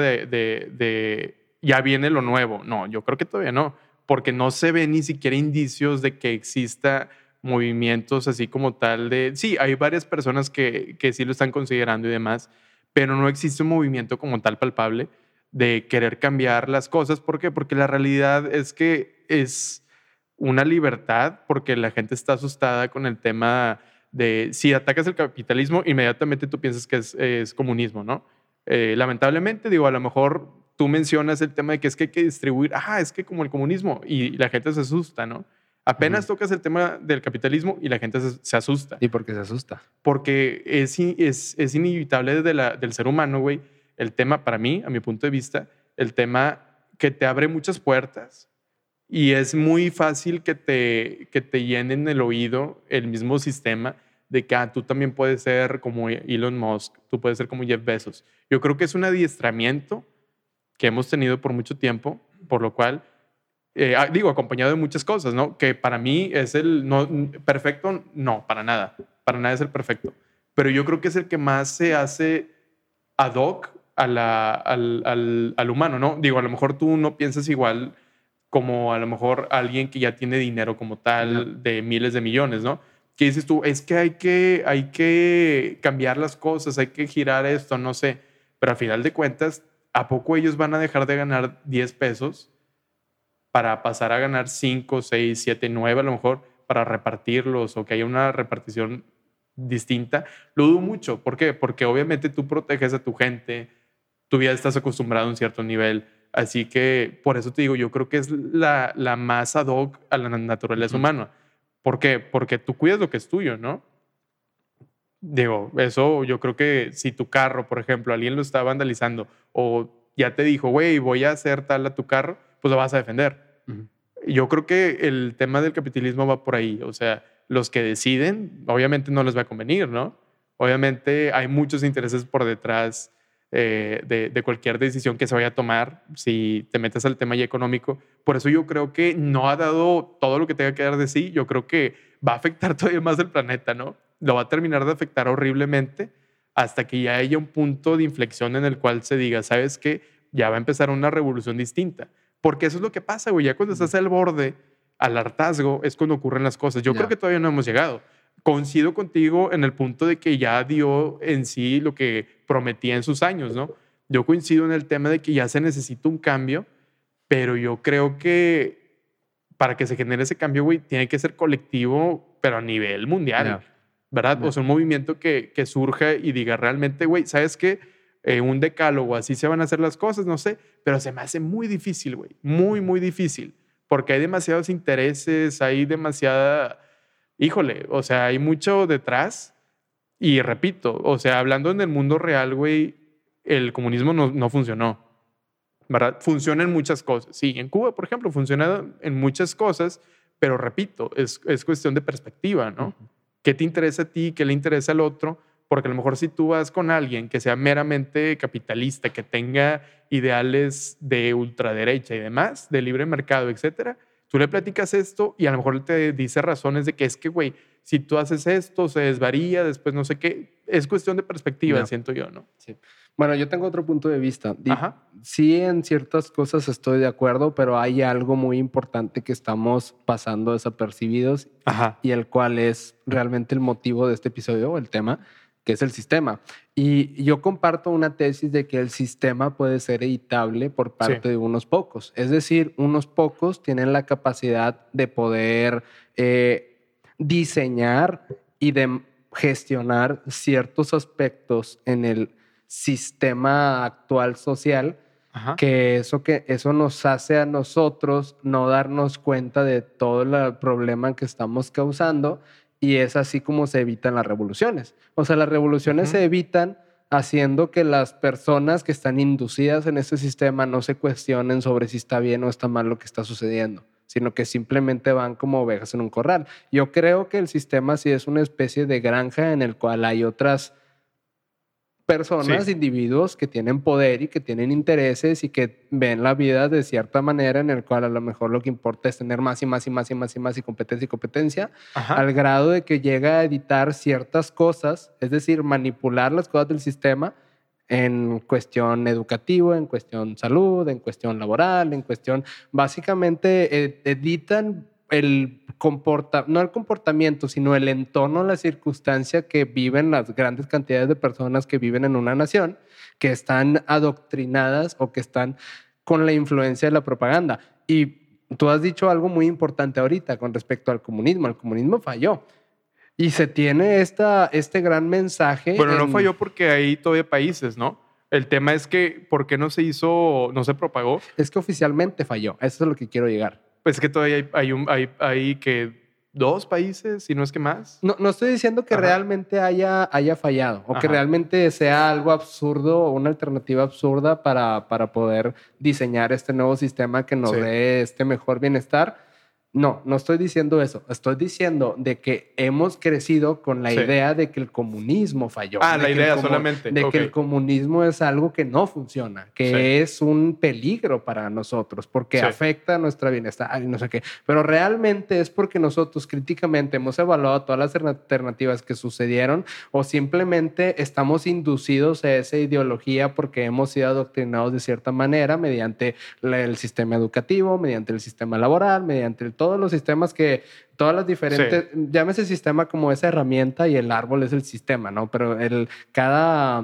de ya viene lo nuevo. No, yo creo que todavía no, porque no se ven ni siquiera indicios de que exista movimientos así como tal de... Sí, hay varias personas que sí lo están considerando y demás, pero no existe un movimiento como tal palpable de querer cambiar las cosas. ¿Por qué? Porque la realidad es que es una libertad, porque la gente está asustada con el tema de si atacas el capitalismo, inmediatamente tú piensas que es comunismo, ¿no? Lamentablemente, digo, a lo mejor tú mencionas el tema de que es que hay que distribuir, es que como el comunismo, y la gente se asusta, ¿no? Apenas tocas el tema del capitalismo y la gente se asusta. ¿Y por qué se asusta? Porque es inevitable del ser humano, güey. El tema, para mí, a mi punto de vista, el tema que te abre muchas puertas y es muy fácil que te llenen el oído el mismo sistema de que tú también puedes ser como Elon Musk, tú puedes ser como Jeff Bezos. Yo creo que es un adiestramiento que hemos tenido por mucho tiempo, por lo cual... acompañado de muchas cosas, ¿no? Que para mí es perfecto, no, para nada es el perfecto, pero yo creo que es el que más se hace ad hoc al humano, ¿no? Digo, a lo mejor tú no piensas igual como a lo mejor alguien que ya tiene dinero como tal de miles de millones, ¿no? Que dices tú, es que hay que cambiar las cosas, hay que girar esto, no sé. Pero al final de cuentas, ¿a poco ellos van a dejar de ganar 10 pesos para pasar a ganar 5, 6, 7, 9 a lo mejor para repartirlos o que haya una repartición distinta? Lo dudo mucho. ¿Por qué? Porque obviamente tú proteges a tu gente, tú ya estás acostumbrado a un cierto nivel. Así que por eso te digo, yo creo que es la más ad hoc a la naturaleza humana. ¿Por qué? Porque tú cuidas lo que es tuyo, ¿no? Digo, eso yo creo que si tu carro, por ejemplo, alguien lo está vandalizando o ya te dijo, güey, voy a hacer tal a tu carro, pues lo vas a defender. Yo creo que el tema del capitalismo va por ahí. O sea, los que deciden, obviamente no les va a convenir, ¿no? Obviamente hay muchos intereses por detrás de cualquier decisión que se vaya a tomar si te metes al tema ya económico. Por eso yo creo que no ha dado todo lo que tenga que dar de sí. Yo creo que va a afectar todavía más el planeta, ¿no? Lo va a terminar de afectar horriblemente hasta que ya haya un punto de inflexión en el cual se diga, ¿sabes qué? Ya va a empezar una revolución distinta. Porque eso es lo que pasa, güey. Ya cuando estás al borde, al hartazgo, es cuando ocurren las cosas. Yo creo que todavía no hemos llegado. Coincido contigo en el punto de que ya dio en sí lo que prometía en sus años, ¿no? Yo coincido en el tema de que ya se necesita un cambio, pero yo creo que para que se genere ese cambio, güey, tiene que ser colectivo, pero a nivel mundial, ¿verdad? O sea, un movimiento que surja y diga realmente, güey, ¿sabes qué? Un decálogo, así se van a hacer las cosas, no sé, pero se me hace muy difícil, güey, muy, muy difícil, porque hay demasiados intereses, hay demasiada... Híjole, o sea, hay mucho detrás y repito, o sea, hablando en el mundo real, güey, el comunismo no funcionó, ¿verdad? Funciona en muchas cosas. Sí, en Cuba, por ejemplo, funciona en muchas cosas, pero repito, es cuestión de perspectiva, ¿no? ¿Qué te interesa a ti? ¿Qué le interesa al otro? Porque a lo mejor si tú vas con alguien que sea meramente capitalista, que tenga ideales de ultraderecha y demás, de libre mercado, etcétera, tú le platicas esto y a lo mejor te dice razones de que es que, güey, si tú haces esto, se desvaría, después no sé qué. Es cuestión de perspectiva, siento yo, ¿no? Sí. Bueno, yo tengo otro punto de vista. Sí, en ciertas cosas estoy de acuerdo, pero hay algo muy importante que estamos pasando desapercibidos y el cual es realmente el motivo de este episodio, el tema, que es el sistema. Y yo comparto una tesis de que el sistema puede ser editable por parte de unos pocos. Es decir, unos pocos tienen la capacidad de poder diseñar y de gestionar ciertos aspectos en el sistema actual social, que eso nos hace a nosotros no darnos cuenta de todo el problema que estamos causando, y es así como se evitan las revoluciones. O sea, las revoluciones se evitan haciendo que las personas que están inducidas en este sistema no se cuestionen sobre si está bien o está mal lo que está sucediendo, sino que simplemente van como ovejas en un corral. Yo creo que el sistema sí es una especie de granja en el cual hay otras personas, individuos que tienen poder y que tienen intereses y que ven la vida de cierta manera, en el cual a lo mejor lo que importa es tener más y más y más y más y más y competencia, al grado de que llega a editar ciertas cosas, es decir, manipular las cosas del sistema en cuestión educativa, en cuestión salud, en cuestión laboral, en cuestión... Básicamente editan no el comportamiento, sino el entorno, la circunstancia que viven las grandes cantidades de personas que viven en una nación, que están adoctrinadas o que están con la influencia de la propaganda. Y tú has dicho algo muy importante ahorita con respecto al comunismo. El comunismo falló. Y se tiene este gran mensaje. Bueno, no falló porque hay todavía países, ¿no? El tema es que, ¿por qué no se propagó? Es que oficialmente falló. Eso es a lo que quiero llegar. Pues es que todavía hay que 2 países, si no es que más. No estoy diciendo que realmente haya fallado o que realmente sea algo absurdo o una alternativa absurda para poder diseñar este nuevo sistema que nos dé este mejor bienestar. No estoy diciendo eso. Estoy diciendo de que hemos crecido con la idea de que el comunismo falló. La idea solamente. De que el comunismo es algo que no funciona, que es un peligro para nosotros porque afecta nuestra bienestar y no sé qué. Pero realmente es porque nosotros críticamente hemos evaluado todas las alternativas que sucedieron o simplemente estamos inducidos a esa ideología porque hemos sido adoctrinados de cierta manera mediante el sistema educativo, mediante el sistema laboral, mediante todos los sistemas todas las diferentes, llámese sistema como esa herramienta y el árbol es el sistema, ¿no? Pero cada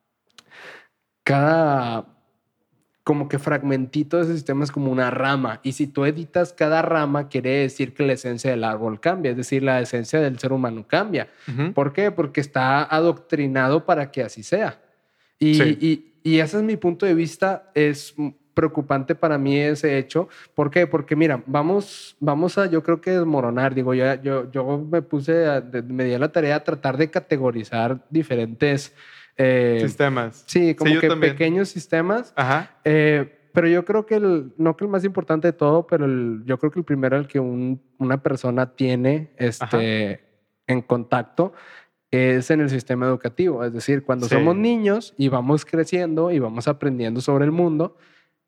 como que fragmentito de ese sistema es como una rama y si tú editas cada rama quiere decir que la esencia del árbol cambia, es decir, la esencia del ser humano cambia. ¿Por qué? Porque está adoctrinado para que así sea. Y ese es mi punto de vista, es preocupante para mí ese hecho. ¿Por qué? Porque mira, vamos a yo creo que desmoronar. Digo, yo me di a la tarea de tratar de categorizar diferentes sistemas. Sí, como que pequeños sistemas. Ajá. Pero yo creo que no que el más importante de todo, pero yo creo que el primero al que una persona tiene en contacto es en el sistema educativo. Es decir, cuando somos niños y vamos creciendo y vamos aprendiendo sobre el mundo,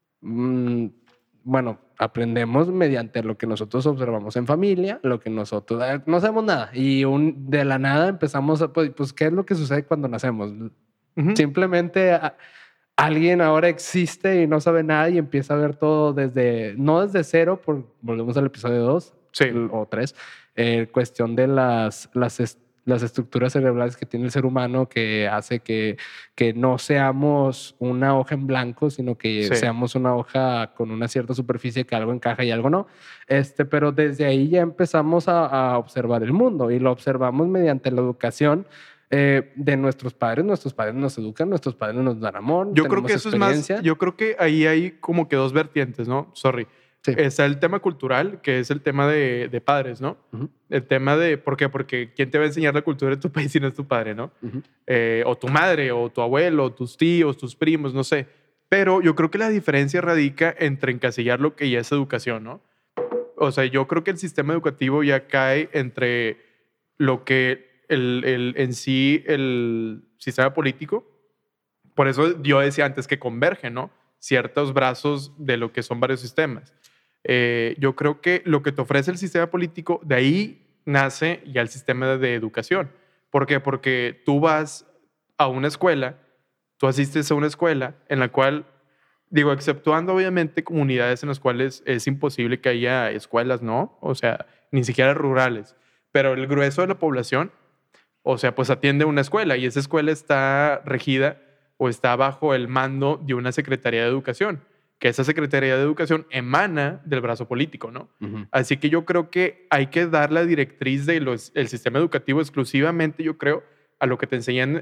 bueno, aprendemos mediante lo que nosotros observamos en familia, lo que nosotros no sabemos nada y de la nada empezamos a, pues ¿qué es lo que sucede cuando nacemos? Simplemente alguien ahora existe y no sabe nada y empieza a ver todo no desde cero, volvemos al episodio 2 o 3, cuestión de las estructuras cerebrales que tiene el ser humano que hace que no seamos una hoja en blanco, sino que seamos una hoja con una cierta superficie que algo encaja y algo no. Pero desde ahí ya empezamos a observar el mundo y lo observamos mediante la educación de nuestros padres. Nuestros padres nos educan, nuestros padres nos dan amor. Yo creo que eso es más, yo creo que ahí hay como que dos vertientes, ¿no? Está el tema cultural, que es el tema de padres, ¿no? El tema de... ¿Por qué? Porque ¿quién te va a enseñar la cultura de tu país si no es tu padre, no? O tu madre, o tu abuelo, o tus tíos, tus primos, no sé. Pero yo creo que la diferencia radica entre encasillar lo que ya es educación, ¿no? O sea, yo creo que el sistema educativo ya cae entre lo que en sí el sistema político. Por eso yo decía antes que convergen, ¿no? Ciertos brazos de lo que son varios sistemas. Yo creo que lo que te ofrece el sistema político, de ahí nace ya el sistema de educación. ¿Por qué? Porque tú vas a una escuela, tú asistes a una escuela en la cual, digo, exceptuando obviamente comunidades en las cuales es imposible que haya escuelas, ¿no? O sea, ni siquiera rurales. Pero el grueso de la población, o sea, pues atiende una escuela y esa escuela está regida o está bajo el mando de una Secretaría de Educación, que esa Secretaría de Educación emana del brazo político, ¿no? Así que yo creo que hay que dar la directriz del sistema educativo exclusivamente, yo creo, a lo que te enseñan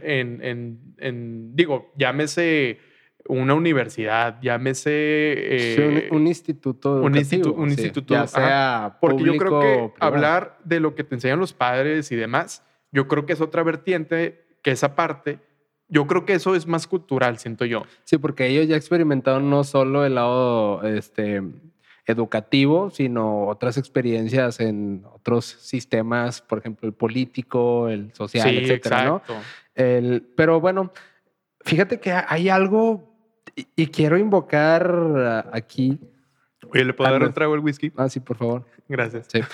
digo, llámese una universidad, llámese... un instituto educativo. Un instituto. Ya sea porque público, yo creo que privado. Hablar de lo que te enseñan los padres y demás, yo creo que es otra vertiente, que esa parte... Yo creo que eso es más cultural, siento yo. Sí, porque ellos ya experimentaron no solo el lado educativo, sino otras experiencias en otros sistemas, por ejemplo, el político, el social, etcétera, exacto. ¿no? Pero bueno, fíjate que hay algo y quiero invocar aquí. Oye, ¿le puedo dar un trago al whisky? Ah, sí, por favor. Gracias. Sí.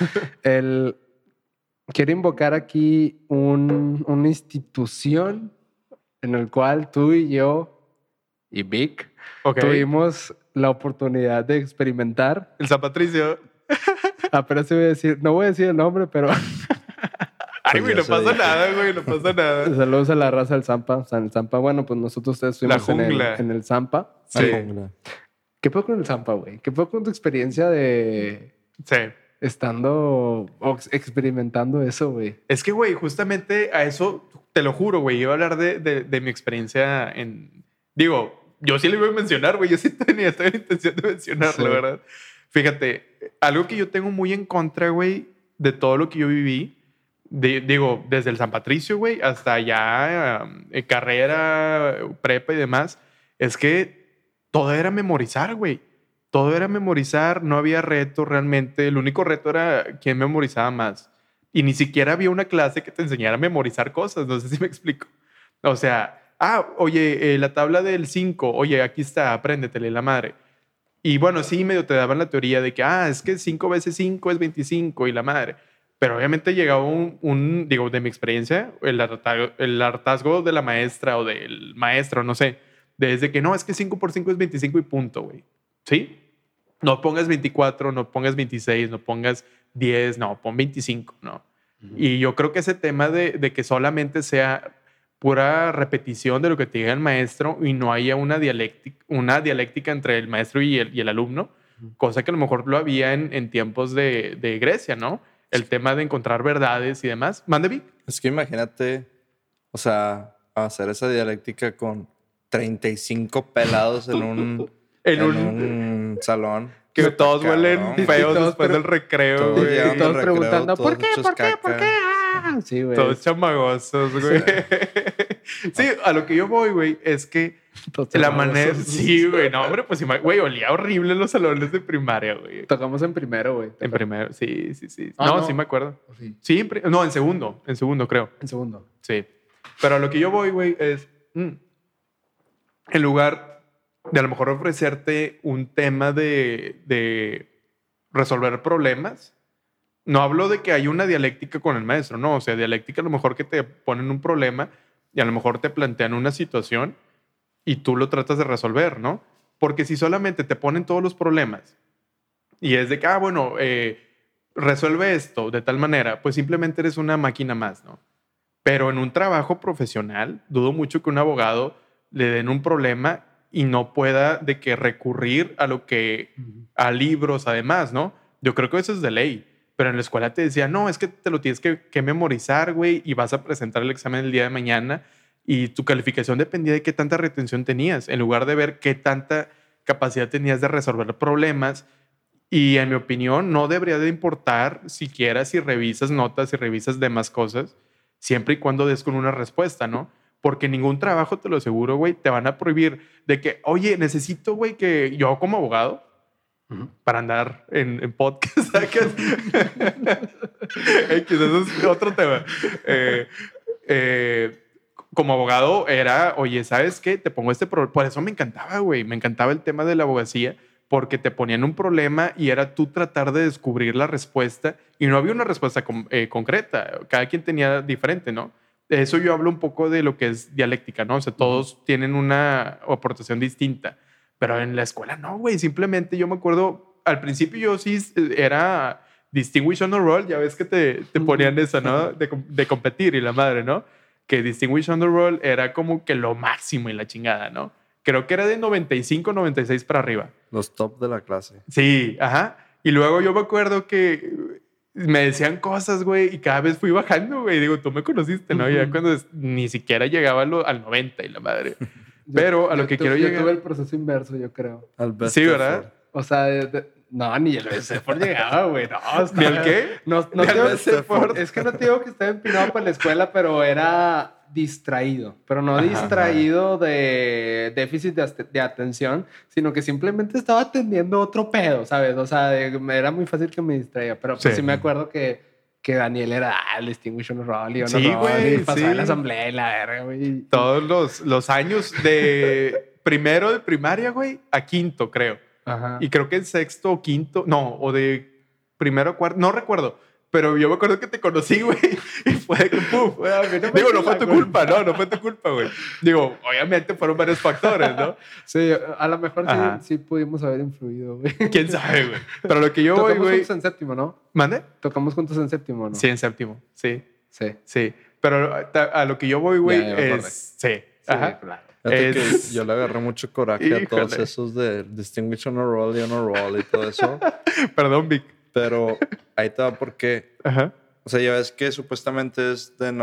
Quiero invocar aquí una institución en el cual tú y yo y Vic tuvimos la oportunidad de experimentar. El San Patricio. Pero sí voy a decir, no voy a decir el nombre, pero... Ay, güey, no pasa nada, güey, no pasa nada. Saludos a la raza del Zampa. O sea, en el Zampa, bueno, pues nosotros estuvimos en el Zampa. Sí. ¿Qué fue con el Zampa, güey? ¿Qué fue con tu experiencia de... Sí. Estando o experimentando eso, güey? Es que, güey, justamente a eso, te lo juro, güey, iba a hablar de mi experiencia en... Digo, yo sí le iba a mencionar, güey, yo sí tenía esta intención de mencionarlo, sí. ¿Verdad? Fíjate, algo que yo tengo muy en contra, güey, de todo lo que yo viví, digo, desde el San Patricio, güey, hasta allá, carrera, prepa y demás, es que todo era memorizar, güey. todo era memorizar, no había reto realmente. El único reto era quién memorizaba más. Y ni siquiera había una clase que te enseñara a memorizar cosas, no sé si me explico. O sea, oye, la tabla del 5, oye, aquí está, apréndetele la madre. Y bueno, sí, medio te daban la teoría de que, es que 5 veces 5 es 25 y la madre. Pero obviamente llegaba digo, de mi experiencia, el hartazgo de la maestra o del maestro, no sé, desde que no, es que 5 por 5 es 25 y punto, güey. ¿Sí? No pongas 24, no pongas 26, no pongas 10, no, pon 25, no. Y yo creo que ese tema de que solamente sea pura repetición de lo que te diga el maestro y no haya una dialéctica entre el maestro y el alumno, cosa que a lo mejor lo había en tiempos de Grecia, ¿no? El tema de encontrar verdades y demás. ¿Mande, Vic? Es que imagínate, o sea, hacer esa dialéctica con 35 pelados en un salón. Que todos huelen feos después del recreo, güey. Todos preguntando, ¿por qué? Sí, güey. Todos chamagosos, güey. Sí, a lo que yo voy, güey, es que la manera... Sí, güey. No, hombre, pues, güey, olía horrible en los salones de primaria, güey. Tocamos en primero, güey. En primero, sí. No, sí me acuerdo. Sí, no, en segundo creo. En segundo. Sí. Pero a lo que yo voy, güey, es... en lugar de a lo mejor ofrecerte un tema de resolver problemas, no hablo de que hay una dialéctica con el maestro, no. O sea, dialéctica a lo mejor que te ponen un problema y a lo mejor te plantean una situación y tú lo tratas de resolver, ¿no? Porque si solamente te ponen todos los problemas y es de que, bueno, resuelve esto de tal manera, pues simplemente eres una máquina más, ¿no? Pero en un trabajo profesional, dudo mucho que un abogado le den un problema y no pueda de que recurrir a libros además, ¿no? Yo creo que eso es de ley. Pero en la escuela te decía, no, es que te lo tienes que memorizar, güey, y vas a presentar el examen el día de mañana y tu calificación dependía de qué tanta retención tenías, en lugar de ver qué tanta capacidad tenías de resolver problemas. Y en mi opinión, no debería de importar siquiera si revisas notas, si revisas demás cosas, siempre y cuando des con una respuesta, ¿no? Porque ningún trabajo, te lo aseguro, güey, te van a prohibir de que, oye, necesito, güey, que yo como abogado, para andar en podcast, quizás eso es otro tema. Como abogado era, oye, ¿sabes qué? Te pongo este problema. Por eso me encantaba, güey. Me encantaba el tema de la abogacía, porque te ponían un problema y era tú tratar de descubrir la respuesta y no había una respuesta concreta. Cada quien tenía diferente, ¿no? Eso yo hablo un poco de lo que es dialéctica, ¿no? O sea, todos tienen una aportación distinta, pero en la escuela no, güey. Simplemente yo me acuerdo, al principio yo sí era Distinguished Honor Roll, ya ves que te ponían eso, ¿no? De competir y la madre, ¿no? Que Distinguished Honor Roll era como que lo máximo y la chingada, ¿no? Creo que era de 95, 96 para arriba. Los top de la clase. Sí, ajá. Y luego yo me acuerdo que me decían cosas, güey, y cada vez fui bajando, güey. Digo, tú me conociste, ¿no? Ya cuando ni siquiera llegaba al 90 y la madre. Pero a lo que quiero llegar... Yo tuve el proceso inverso, yo creo. Al best sí, ¿verdad? effort. O sea, no, ni el best effort llegaba, güey. No, ¿Ni el qué? No Ni el best effort. Es que no te digo que estaba empinado para la escuela, pero era distraído. Pero no distraído de déficit de atención, sino que simplemente estaba atendiendo otro pedo, ¿sabes? O sea, era muy fácil que me distraía. Pero pues sí me acuerdo que Daniel era el Distinguished Honor Roll y sí, güey, pasaba en la asamblea y la verga, güey. Todos los años de primero de primaria, güey, a quinto, creo. Ajá. Y creo que en sexto o quinto, no, o de primero a cuarto, no recuerdo. Pero yo me acuerdo que te conocí, güey, y fue que ¡puf! Digo, no fue tu culpa, no fue tu culpa, güey. Digo, obviamente fueron varios factores, ¿no? Sí, a lo mejor sí pudimos haber influido, güey. ¿Quién sabe, güey? Pero lo que yo voy, güey... Tocamos juntos en séptimo, ¿no? ¿Mande? Tocamos juntos en séptimo, ¿no? Sí, en séptimo, sí. Sí. Pero a lo que yo voy, güey, es... Sí, ajá. Claro. Que yo le agarré mucho coraje a todos esos de Distinguished Honor Roll y Honor Roll y todo eso. Perdón, Vic. Pero ahí te va porque... O sea, ya ves que supuestamente es de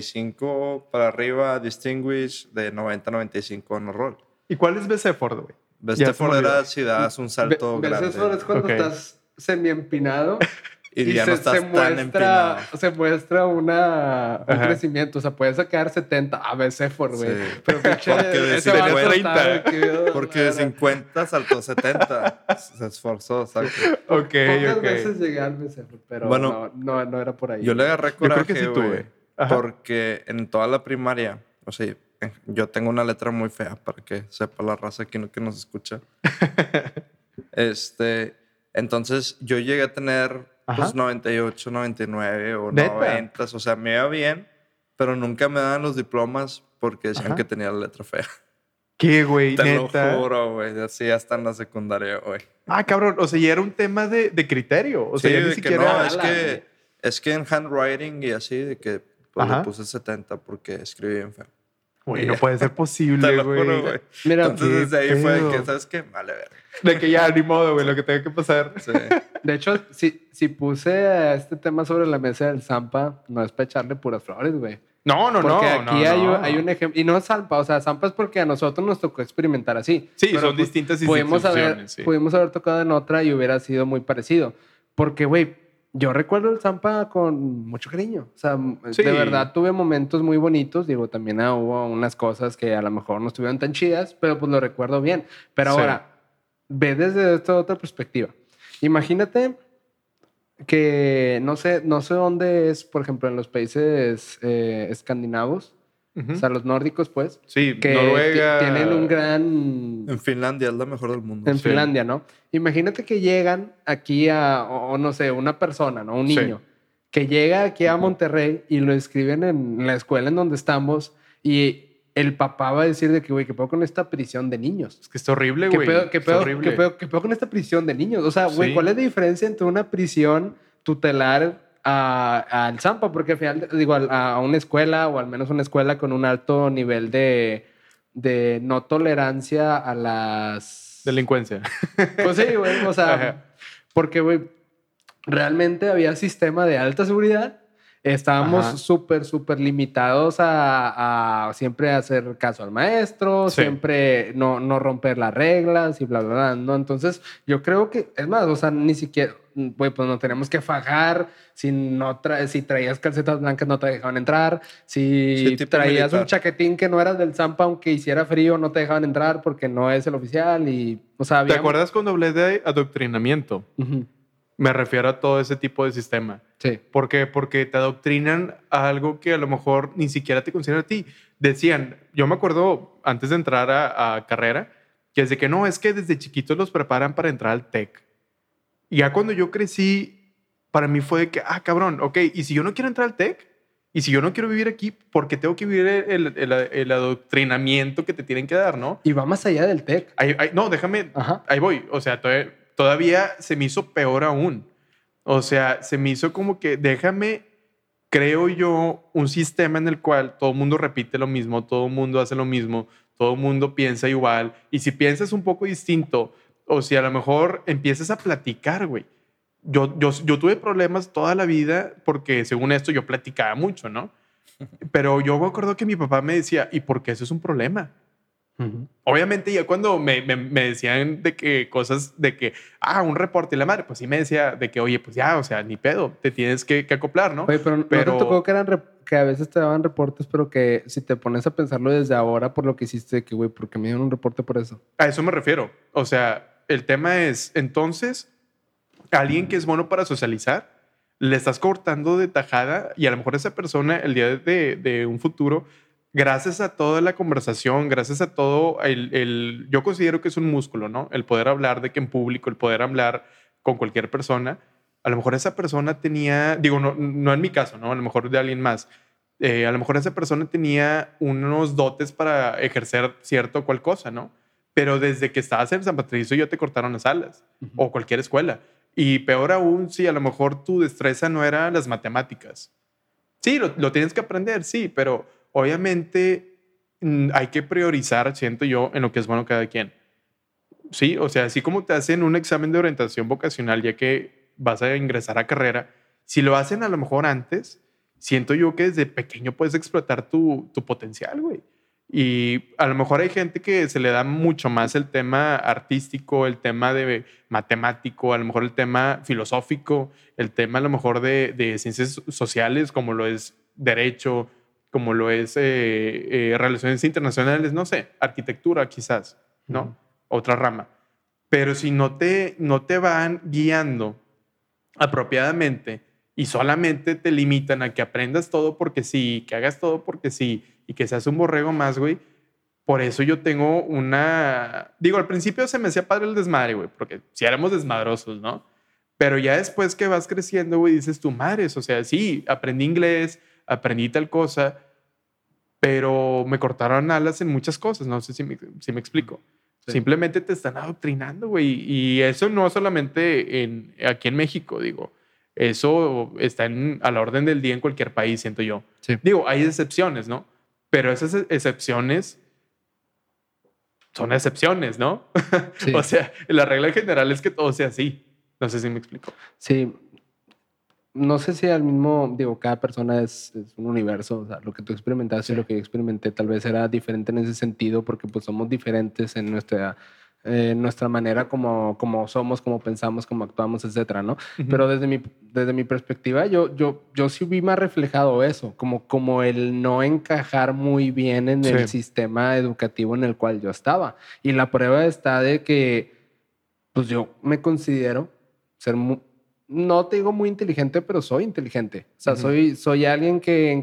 95 para arriba Distinguished, de 90 a 95 Honor Roll. ¿Y cuál es Best Effort, güey? Best Effort era si das un salto grande. Best Effort es cuando estás semi-empinado Y ya no estás tan empinado. Se muestra un crecimiento. O sea, puedes sacar 70 ABC for, güey. Sí. Pero pinche... Porque de ese vato 30. está, qué Porque de 50 saltó 70. Se esforzó, ¿sabes? Ok. Pocas veces llegué al BC, pero Bueno, no era por ahí. Yo le agarré Yo creo coraje, que sí güey. tuve. Ajá. Porque en toda la primaria, o sea, yo tengo una letra muy fea para que sepa la raza aquí que nos escucha. Entonces yo llegué a tener pues 98, 99 o ¿Neta? 90. O sea, me iba bien, pero nunca me daban los diplomas porque decían que tenía la letra fea. ¿Qué, güey? Te ¿Neta? lo juro, güey. Así hasta en la secundaria, güey. Ah, cabrón. O sea, ya era un tema de criterio. O sea, Sí, ya ni de que siquiera... no, es que en handwriting y así, de que pues, le puse 70 porque escribí bien feo. Güey, no puede ser posible, Te lo juro, güey. Mira, entonces desde ahí fue de pedo. que, ¿sabes qué? Vale, ver. De que ya, ni modo, güey, lo que tenga que pasar. Sí. de hecho, si puse este tema sobre la mesa del Zampa, no es para echarle puras flores, güey. No. Porque aquí no. hay un ejemplo. Y no es Zampa, o sea, Zampa es porque a nosotros nos tocó experimentar así. Sí, Pero, son distintas pudimos instituciones. Sí. pudimos haber tocado en otra y hubiera sido muy parecido. Porque, güey, yo recuerdo el Zampa con mucho cariño. O sea, Sí. de verdad tuve momentos muy bonitos. Digo, también hubo unas cosas que a lo mejor no estuvieron tan chidas, pero pues lo recuerdo bien. Pero Sí. ahora, ve desde esta otra perspectiva. Imagínate que no sé dónde es, por ejemplo, en los países escandinavos, Ujú. o sea, los nórdicos, pues, Sí, que Noruega. tienen un gran... En Finlandia es la mejor del mundo. En Sí. Finlandia, ¿no? Imagínate que llegan aquí o no sé, una persona, ¿no? Un Sí. niño, que llega aquí a Monterrey y lo escriben en la escuela en donde estamos y el papá va a decir de que, güey, ¿qué pedo con esta prisión de niños? Es que es horrible, ¿Qué güey. pedo, qué Es pedo, horrible. qué pedo con esta prisión de niños? O sea, güey, Sí. ¿cuál es la diferencia entre una prisión tutelar al Zampa? Porque al final, digo, a una escuela o al menos una escuela con un alto nivel de no tolerancia a las... Delincuencia. Pues sí, güey, o sea, Ajá. porque, güey, realmente había sistema de alta seguridad. Estábamos Ajá. súper limitados a siempre hacer caso al maestro, Sí. siempre no romper las reglas y bla, bla, bla, ¿no? Entonces, yo creo que, es más, o sea, ni siquiera, güey, pues no tenemos que fajar. Si traías calcetas blancas, no te dejaban entrar. Si Sí, tipo traías militar. un chaquetín que no era del Zampa, aunque hiciera frío, no te dejaban entrar porque no es el oficial. Y, o sea, ¿Te había... acuerdas cuando hablé de adoctrinamiento? Ujú. Me refiero a todo ese tipo de sistema. Sí. ¿Por qué? Porque te adoctrinan a algo que a lo mejor ni siquiera te considera a ti. Decían, yo me acuerdo antes de entrar a carrera, que es de que no, es que desde chiquitos los preparan para entrar al TEC. Y ya cuando yo crecí, para mí fue de que, cabrón, ok, y si yo no quiero entrar al TEC, y si yo no quiero vivir aquí, ¿por qué tengo que vivir el adoctrinamiento que te tienen que dar, no? Y va más allá del TEC. No, déjame, Ajá. ahí voy. O sea, todavía se me hizo peor aún. O sea, se me hizo como que creo yo, un sistema en el cual todo el mundo repite lo mismo, todo el mundo hace lo mismo, todo el mundo piensa igual. Y si piensas un poco distinto, o si a lo mejor empiezas a platicar, güey. Yo tuve problemas toda la vida porque según esto yo platicaba mucho, ¿no? Pero yo me acuerdo que mi papá me decía, ¿y por qué eso es un problema? Ujú. Obviamente ya cuando me decían de que cosas de que, un reporte y la madre, pues sí me decía de que, oye, pues ya, o sea, ni pedo, te tienes que acoplar, ¿no? Oye, pero ¿no te tocó que que a veces te daban reportes, pero que si te pones a pensarlo desde ahora por lo que hiciste, que, güey, ¿por qué me dieron un reporte por eso? A eso me refiero. O sea, el tema es, entonces, alguien que es bueno para socializar, le estás cortando de tajada y a lo mejor esa persona el día de un futuro, gracias a toda la conversación, gracias a todo yo considero que es un músculo, ¿no? El poder hablar de que en público, el poder hablar con cualquier persona, a lo mejor esa persona tenía, digo, no en mi caso, ¿no? A lo mejor de alguien más. A lo mejor esa persona tenía unos dotes para ejercer cierto cual cosa, ¿no? Pero desde que estabas en San Patricio ya te cortaron las alas, o cualquier escuela. Y peor aún, si a lo mejor tu destreza no era las matemáticas. Sí, lo tienes que aprender, sí, pero obviamente hay que priorizar, siento yo, en lo que es bueno cada quien. Sí, o sea, así como te hacen un examen de orientación vocacional ya que vas a ingresar a carrera, si lo hacen a lo mejor antes, siento yo que desde pequeño puedes explotar tu potencial, güey. Y a lo mejor hay gente que se le da mucho más el tema artístico, el tema de matemático, a lo mejor el tema filosófico, el tema a lo mejor de ciencias sociales, como lo es derecho, como lo es relaciones internacionales, no sé, arquitectura quizás, ¿no? Otra rama. Pero si no te van guiando apropiadamente y solamente te limitan a que aprendas todo porque sí, que hagas todo porque sí y que seas un borrego más, güey. Por eso yo tengo una... Digo, al principio se me hacía padre el desmadre, güey, porque si éramos desmadrosos, ¿no? Pero ya después que vas creciendo, güey, dices tu madres, o sea, sí, aprendí inglés, aprendí tal cosa, pero me cortaron alas en muchas cosas, no sé si me explico. Sí. Simplemente te están adoctrinando, güey, y eso no solamente aquí en México, digo. Eso está a la orden del día en cualquier país, siento yo. Sí. Digo, hay excepciones, ¿no? Pero esas excepciones son excepciones, ¿no? Sí. O sea, la regla general es que todo sea así. No sé si me explico. Sí. No sé si al mismo, digo, cada persona es un universo. O sea, lo que tú experimentaste y lo que yo experimenté tal vez era diferente en ese sentido porque pues somos diferentes en nuestra manera como somos, como pensamos, como actuamos, etcétera, ¿no? Pero desde mi perspectiva, yo sí vi más reflejado eso, como el no encajar muy bien en el sistema educativo en el cual yo estaba. Y la prueba está de que, pues yo me considero ser no te digo muy inteligente, pero soy inteligente. O sea, soy alguien que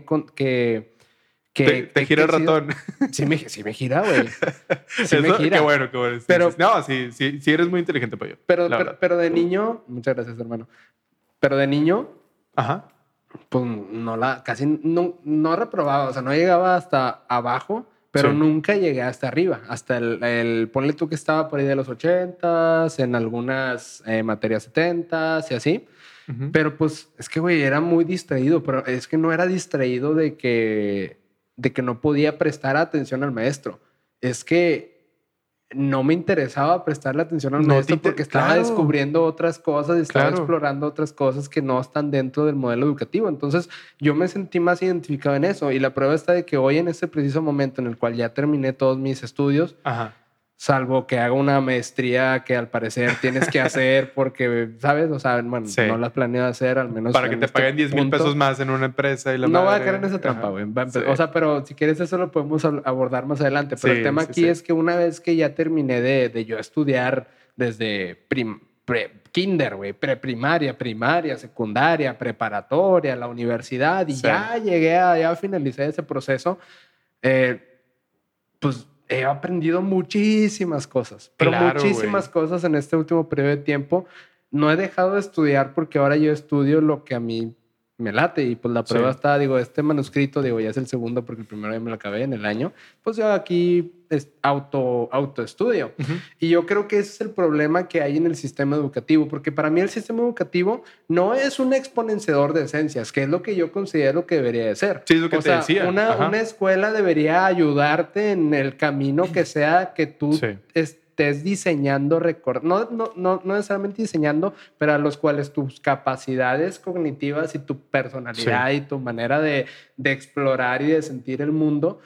te gira el ratón. Sí me gira, güey. Sí me gira. Qué bueno. Pero, no, sí eres muy inteligente, pollo. Pero de niño... Muchas gracias, hermano. Pero de niño... Ajá. Pues casi no reprobaba. O sea, no llegaba hasta abajo, pero nunca llegué hasta arriba. Hasta ponle tú que estaba por ahí de los 80s, en algunas materias 70s y así. Pero pues es que, güey, era muy distraído. Pero es que no era distraído de que no podía prestar atención al maestro. Es que no me interesaba prestarle atención al maestro porque estaba descubriendo otras cosas, estaba explorando otras cosas que no están dentro del modelo educativo. Entonces yo me sentí más identificado en eso. Y la prueba está de que hoy, en este preciso momento en el cual ya terminé todos mis estudios, salvo que haga una maestría que al parecer tienes que hacer porque, ¿sabes? O sea, bueno, no la has planeado hacer, al menos para que te paguen 10,000 pesos más en una empresa y la no voy a caer en esa trampa, güey. O sea, pero si quieres eso lo podemos abordar más adelante. Pero el tema aquí es que una vez que ya terminé de yo estudiar desde kinder, güey, preprimaria, primaria, secundaria, preparatoria, la universidad, y ya llegué ya finalicé ese proceso, pues he aprendido muchísimas cosas, pero muchísimas cosas en este último periodo de tiempo. No he dejado de estudiar porque ahora yo estudio lo que a mí me late y pues la prueba está, digo, este manuscrito, digo, ya es el segundo porque el primero ya me lo acabé en el año, pues yo aquí autoestudio. Y yo creo que ese es el problema que hay en el sistema educativo, porque para mí el sistema educativo no es un exponenciador de esencias, que es lo que yo considero que debería de ser. Sí, es lo que te decía. Una escuela debería ayudarte en el camino que sea que tú estés diseñando, no necesariamente diseñando, pero a los cuales tus capacidades cognitivas y tu personalidad y tu manera de explorar y de sentir el mundo,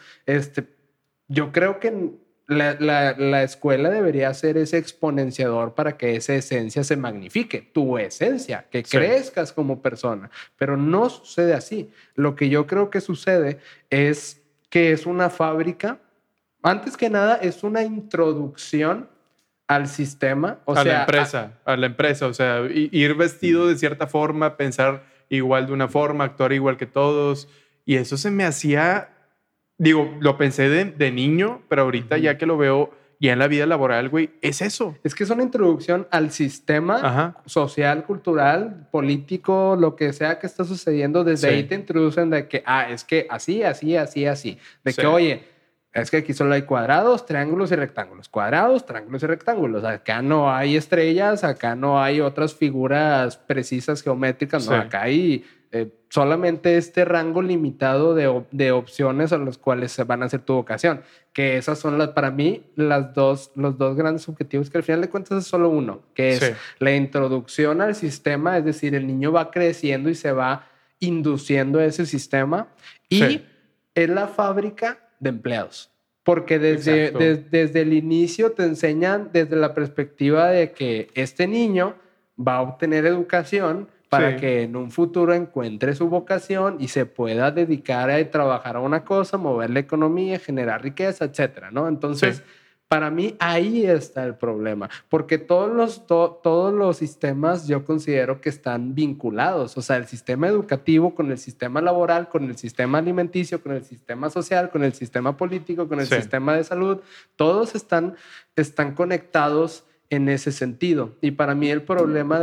yo creo que la escuela debería ser ese exponenciador para que esa esencia se magnifique, tu esencia, que crezcas como persona, pero no sucede así. Lo que yo creo que sucede es que es una fábrica. Antes que nada, es una introducción al sistema. A la empresa. O sea, ir vestido de cierta forma, pensar igual de una forma, actuar igual que todos. Y eso se me hacía... Digo, lo pensé de niño, pero ahorita ya que lo veo ya en la vida laboral, güey, es eso. Es que es una introducción al sistema social, cultural, político, lo que sea que está sucediendo. Desde ahí te introducen de que, es que así. De que, oye... Es que aquí solo hay cuadrados, triángulos y rectángulos. Cuadrados, triángulos y rectángulos. Acá no hay estrellas, acá no hay otras figuras precisas geométricas. No, acá hay solamente este rango limitado de opciones a los cuales se van a hacer tu vocación. Que esas son para mí los dos grandes objetivos, que al final de cuentas es solo uno, que es la introducción al sistema. Es decir, el niño va creciendo y se va induciendo a ese sistema y es la fábrica de empleados. Porque desde el inicio te enseñan desde la perspectiva de que este niño va a obtener educación para que en un futuro encuentre su vocación y se pueda dedicar a trabajar a una cosa, mover la economía, generar riqueza, etcétera, ¿no? Entonces, para mí ahí está el problema, porque todos los sistemas yo considero que están vinculados, o sea, el sistema educativo con el sistema laboral, con el sistema alimenticio, con el sistema social, con el sistema político, con el sistema de salud, todos están conectados en ese sentido. Y para mí el problema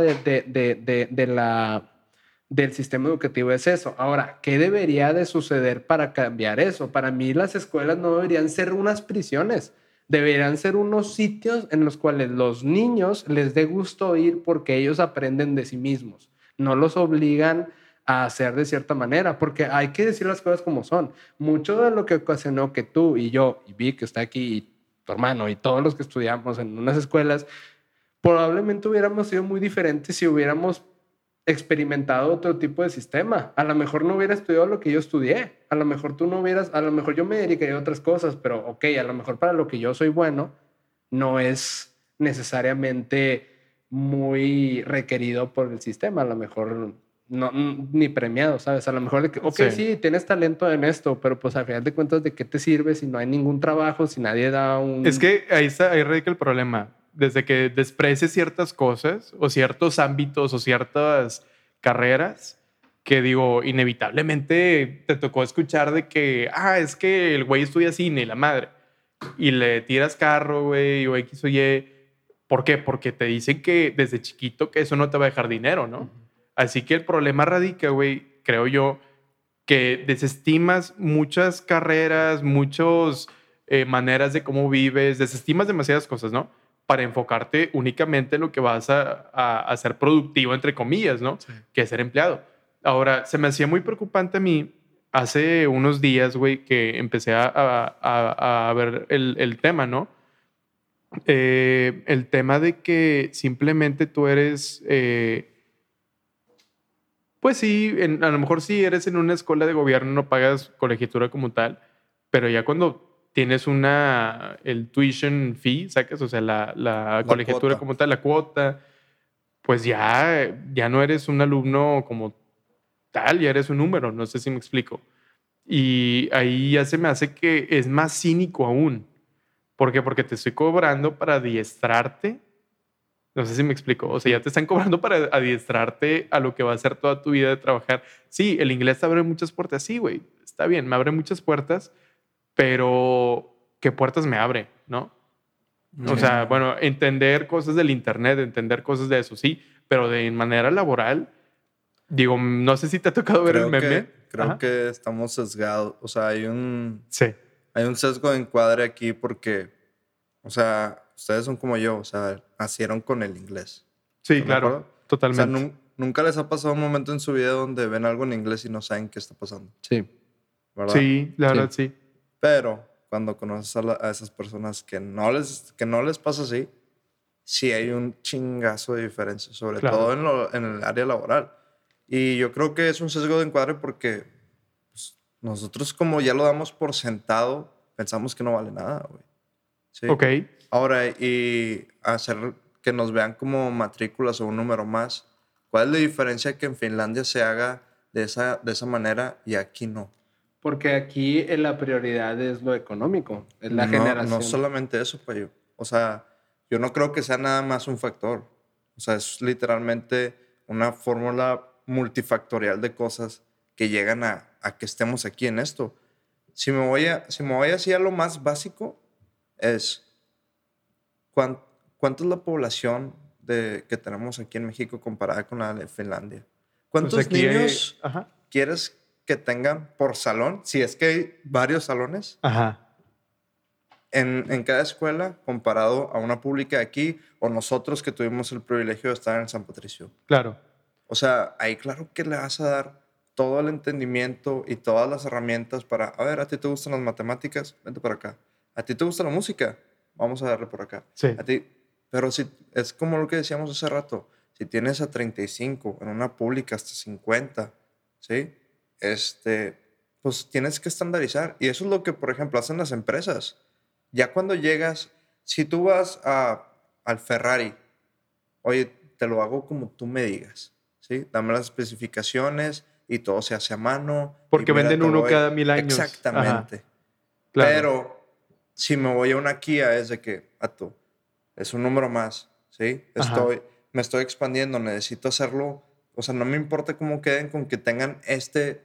del sistema educativo es eso. Ahora, ¿qué debería de suceder para cambiar eso? Para mí las escuelas no deberían ser unas prisiones. Deberían ser unos sitios en los cuales los niños les dé gusto ir porque ellos aprenden de sí mismos. No los obligan a hacer de cierta manera, porque hay que decir las cosas como son. Mucho de lo que ocasionó que tú y yo, y Vic que está aquí, y tu hermano, y todos los que estudiamos en unas escuelas, probablemente hubiéramos sido muy diferentes si hubiéramos experimentado otro tipo de sistema. A lo mejor no hubiera estudiado lo que yo estudié. A lo mejor tú no hubieras, a lo mejor yo me dedicaría a otras cosas, pero ok, a lo mejor para lo que yo soy bueno no es necesariamente muy requerido por el sistema. A lo mejor no, ni premiado, ¿sabes? A lo mejor, ok, sí, tienes talento en esto, pero pues al final de cuentas, ¿de qué te sirve si no hay ningún trabajo, si nadie da un... Es que ahí radica el problema. Desde que desprecies ciertas cosas o ciertos ámbitos o ciertas carreras, que digo, inevitablemente te tocó escuchar de que, es que el güey estudia cine, la madre, y le tiras carro, güey, o X o Y. ¿Por qué? Porque te dicen que desde chiquito que eso no te va a dejar dinero, ¿no? Así que el problema radica, güey, creo yo, que desestimas muchas carreras, muchas maneras de cómo vives, desestimas demasiadas cosas, ¿no? Para enfocarte únicamente en lo que vas a ser productivo, entre comillas, ¿no? Sí. Que es ser empleado. Ahora, se me hacía muy preocupante a mí hace unos días, güey, que empecé a ver el tema, ¿no? El tema de que simplemente tú eres... pues sí, a lo mejor sí eres en una escuela de gobierno, no pagas colegiatura como tal, pero ya cuando tienes el tuition fee, ¿sacas? O sea, la colegiatura como tal, la cuota, pues ya no eres un alumno como tal, ya eres un número, no sé si me explico. Y ahí ya se me hace que es más cínico aún. ¿Por qué? Porque te estoy cobrando para adiestrarte. No sé si me explico. O sea, ya te están cobrando para adiestrarte a lo que va a ser toda tu vida de trabajar. Sí, el inglés te abre muchas puertas. Sí, güey, está bien, me abre muchas puertas, pero ¿qué puertas me abre? ¿No? O sea, bueno, entender cosas del internet, entender cosas de eso, sí, pero de manera laboral, digo, no sé si te ha tocado ver el meme. Creo que estamos sesgados. O sea, hay un sesgo de encuadre aquí porque, o sea, ustedes son como yo, o sea, nacieron con el inglés. Sí, claro, totalmente. O sea, nunca les ha pasado un momento en su vida donde ven algo en inglés y no saben qué está pasando. Sí. ¿Verdad? Sí, la verdad, sí. Pero cuando conoces a esas personas que no les pasa así, sí hay un chingazo de diferencia, sobre todo en el área laboral. Y yo creo que es un sesgo de encuadre porque pues, nosotros como ya lo damos por sentado, pensamos que no vale nada, güey. ¿Sí? Ok. Ahora, y hacer que nos vean como matrículas o un número más, ¿cuál es la diferencia que en Finlandia se haga de esa manera y aquí no? Porque aquí la prioridad es lo económico, es la generación. No solamente eso, Payo. O sea, yo no creo que sea nada más un factor. O sea, es literalmente una fórmula multifactorial de cosas que llegan a que estemos aquí en esto. Si me voy así a lo más básico, es ¿cuánto es la población que tenemos aquí en México comparada con la de Finlandia? ¿Cuántos pues niños quieres que tengan por salón? Si es que hay varios salones. En cada escuela comparado a una pública de aquí o nosotros que tuvimos el privilegio de estar en San Patricio. Claro. O sea, ahí claro que le vas a dar todo el entendimiento y todas las herramientas para, a ver, ¿a ti te gustan las matemáticas? Vente para acá. ¿A ti te gusta la música? Vamos a darle por acá. Sí. A ti, pero si, es como lo que decíamos hace rato, si tienes a 35, en una pública hasta 50, ¿sí? Pues tienes que estandarizar. Y eso es lo que, por ejemplo, hacen las empresas. Ya cuando llegas, si tú vas al Ferrari, oye, te lo hago como tú me digas, ¿sí? Dame las especificaciones y todo se hace a mano. Porque venden uno cada 1000 años. Exactamente. Ajá, claro. Pero si me voy a una Kia es de que, es un número más, ¿sí? Me estoy expandiendo, necesito hacerlo. O sea, no me importa cómo queden con que tengan este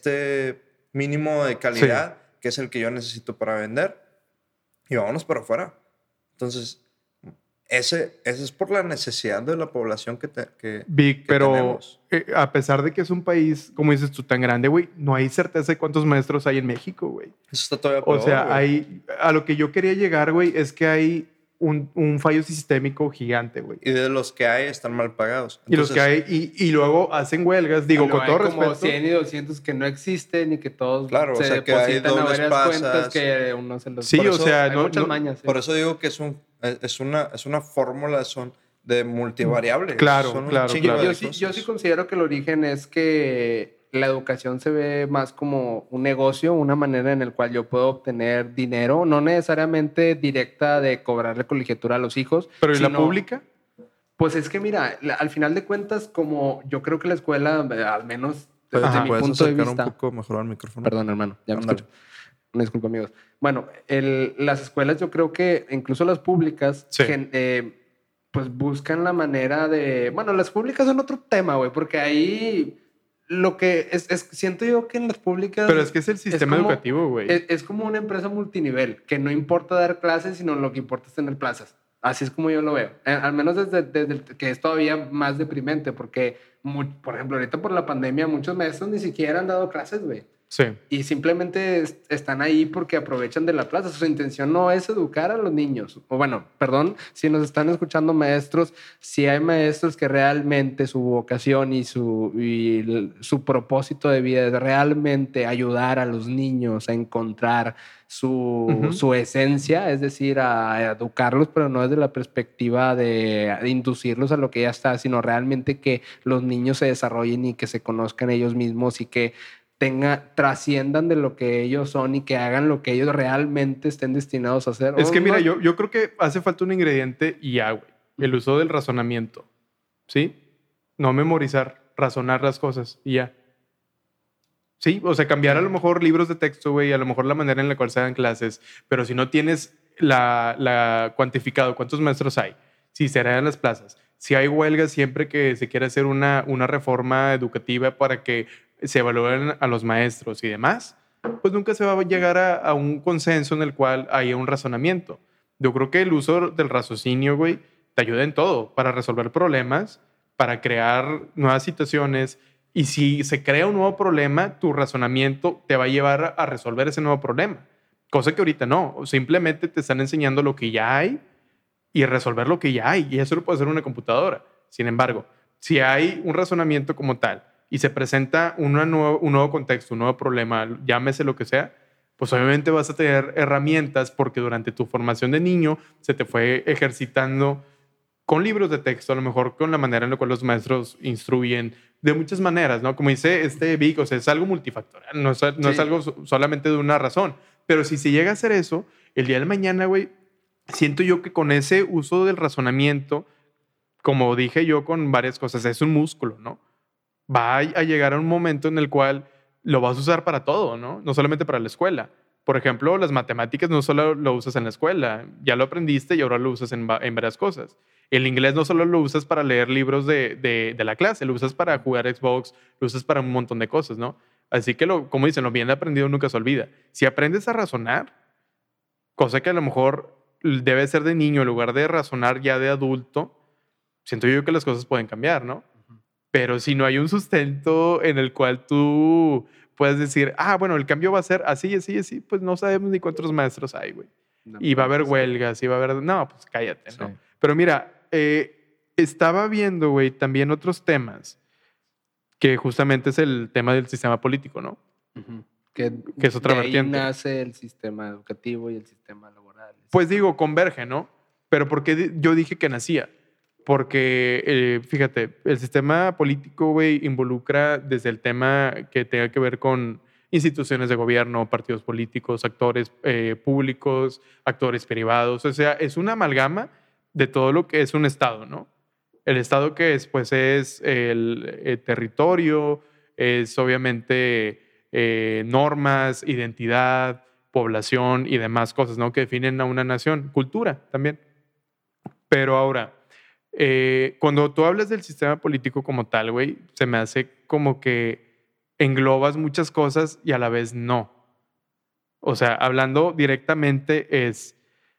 mínimo de calidad, que es el que yo necesito para vender. Y vámonos para afuera. Entonces, ese es por la necesidad de la población Vic, pero tenemos. A pesar de que es un país, como dices tú, tan grande, güey, no hay certeza de cuántos maestros hay en México, güey. Eso está todavía peor, o sea, güey. a lo que yo quería llegar, güey, es que hay un fallo sistémico gigante, güey. Y de los que hay están mal pagados. Entonces, y los que hay, y luego hacen huelgas, digo, con todo respeto. Como 100 y 200 que no existen y que todos se depositan a varias cuentas que uno se los... Sí, o sea, hay muchas mañas. Por eso digo que es una fórmula de multivariable. Claro. Yo sí considero que el origen es que la educación se ve más como un negocio, una manera en la cual yo puedo obtener dinero, no necesariamente directa de cobrarle colegiatura a los hijos. ¿Pero y la pública? Pues es que mira, al final de cuentas, como yo creo que la escuela, al menos desde mi punto de vista... un poco mejor al micrófono? Perdón, hermano, ya me escucho. Una disculpa, amigos. Bueno, las escuelas yo creo que, incluso las públicas, pues buscan la manera de... Bueno, las públicas son otro tema, güey, porque ahí... Lo que siento yo que en las públicas... Pero es que es el sistema educativo, güey. Es como una empresa multinivel, que no importa dar clases, sino lo que importa es tener plazas. Así es como yo lo veo. Al menos desde que es todavía más deprimente, porque, por ejemplo, ahorita por la pandemia, muchos maestros ni siquiera han dado clases, güey. Sí. Y simplemente están ahí porque aprovechan de la plaza. Su intención no es educar a los niños. O bueno, perdón, si nos están escuchando maestros, si hay maestros que realmente su vocación y su propósito de vida es realmente ayudar a los niños a encontrar su esencia, es decir, a educarlos, pero no desde la perspectiva de inducirlos a lo que ya está, sino realmente que los niños se desarrollen y que se conozcan ellos mismos y que trasciendan de lo que ellos son y que hagan lo que ellos realmente estén destinados a hacer. Es que mira, yo creo que hace falta un ingrediente y ya, güey. El uso del razonamiento, ¿sí? No memorizar, razonar las cosas y ya. Sí, o sea, cambiar a lo mejor libros de texto, güey, a lo mejor la manera en la cual se dan clases, pero si no tienes la cuantificado cuántos maestros hay, si será en las plazas, si hay huelgas siempre que se quiere hacer una reforma educativa para que se evalúen a los maestros y demás, pues nunca se va a llegar a un consenso en el cual haya un razonamiento. Yo creo que el uso del raciocinio, güey, te ayuda en todo, para resolver problemas, para crear nuevas situaciones, y si se crea un nuevo problema, tu razonamiento te va a llevar a resolver ese nuevo problema. Cosa que ahorita no, simplemente te están enseñando lo que ya hay y resolver lo que ya hay, y eso lo puede hacer una computadora. Sin embargo, si hay un razonamiento como tal, y se presenta un nuevo contexto, un nuevo problema, llámese lo que sea, pues obviamente vas a tener herramientas porque durante tu formación de niño se te fue ejercitando con libros de texto, a lo mejor con la manera en la cual los maestros instruyen, de muchas maneras, ¿no? Como dice Vic, o sea, es algo multifactorial, no es algo solamente de una razón. Pero si se llega a hacer eso, el día de mañana, güey, siento yo que con ese uso del razonamiento, como dije yo con varias cosas, es un músculo, ¿no? Va a llegar a un momento en el cual lo vas a usar para todo, ¿no? No solamente para la escuela. Por ejemplo, las matemáticas no solo lo usas en la escuela, ya lo aprendiste y ahora lo usas en varias cosas. El inglés no solo lo usas para leer libros de la clase, lo usas para jugar Xbox, lo usas para un montón de cosas, ¿no? Así que, como dicen, lo bien aprendido nunca se olvida. Si aprendes a razonar, cosa que a lo mejor debe ser de niño en lugar de razonar ya de adulto, siento yo que las cosas pueden cambiar, ¿no? Pero si no hay un sustento en el cual tú puedes decir, bueno, el cambio va a ser así, así, así, pues no sabemos ni cuántos maestros hay, güey. No, y va a haber huelgas, y va a haber... No, pues cállate, ¿no? Sí. Pero mira, estaba viendo, güey, también otros temas, que justamente es el tema del sistema político, ¿no? Que es otra vertiente. Ahí nace el sistema educativo y el sistema laboral. Pues digo, converge, ¿no? Pero ¿por qué yo dije que nacía? Porque, fíjate, el sistema político, güey, involucra desde el tema que tenga que ver con instituciones de gobierno, partidos políticos, actores públicos, actores privados. O sea, es una amalgama de todo lo que es un Estado, ¿no? El Estado que después es el territorio, es obviamente normas, identidad, población y demás cosas, ¿no? Que definen a una nación, cultura también. Pero ahora, cuando tú hablas del sistema político como tal, güey, se me hace como que englobas muchas cosas y a la vez no. O sea, hablando directamente es,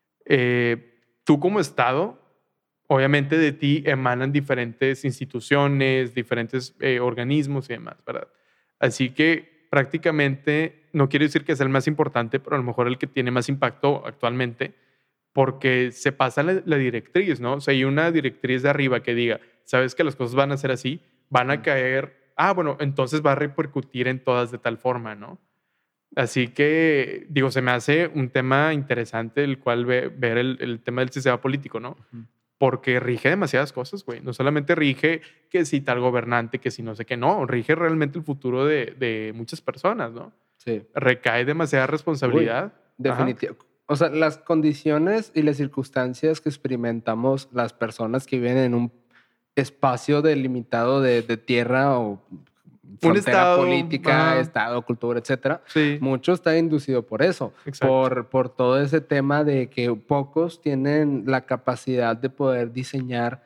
tú como Estado, obviamente de ti emanan diferentes instituciones, diferentes organismos y demás, ¿verdad? Así que prácticamente, no quiero decir que es el más importante, pero a lo mejor el que tiene más impacto actualmente, porque se pasa la directriz, ¿no? O sea, hay una directriz de arriba que diga, sabes que las cosas van a ser así, van a caer, bueno, entonces va a repercutir en todas de tal forma, ¿no? Así que, digo, se me hace un tema interesante el cual ver el tema del sistema político, ¿no? Porque rige demasiadas cosas, güey. No solamente rige que si tal gobernante, que si no sé qué, no. Rige realmente el futuro de muchas personas, ¿no? Sí. Recae demasiada responsabilidad. Definitivamente. O sea, las condiciones y las circunstancias que experimentamos las personas que viven en un espacio delimitado de tierra o frontera estado, política, estado, cultura, etcétera. Sí. Mucho está inducido por eso, por todo ese tema de que pocos tienen la capacidad de poder diseñar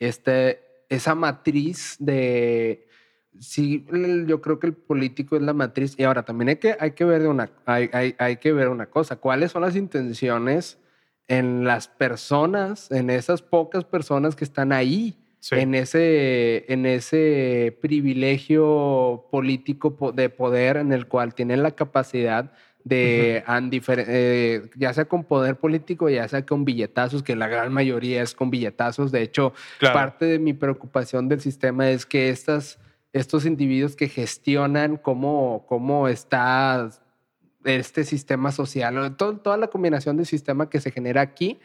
esa matriz de... Sí, yo creo que el político es la matriz. Y ahora también hay que ver una cosa. ¿Cuáles son las intenciones en las personas, en esas pocas personas que están ahí? Sí. En ese privilegio político de poder en el cual tienen la capacidad de, ya sea con poder político, ya sea con billetazos, que la gran mayoría es con billetazos. De hecho, parte de mi preocupación del sistema es que estos individuos que gestionan cómo está este sistema social, toda la combinación del sistema que se genera aquí,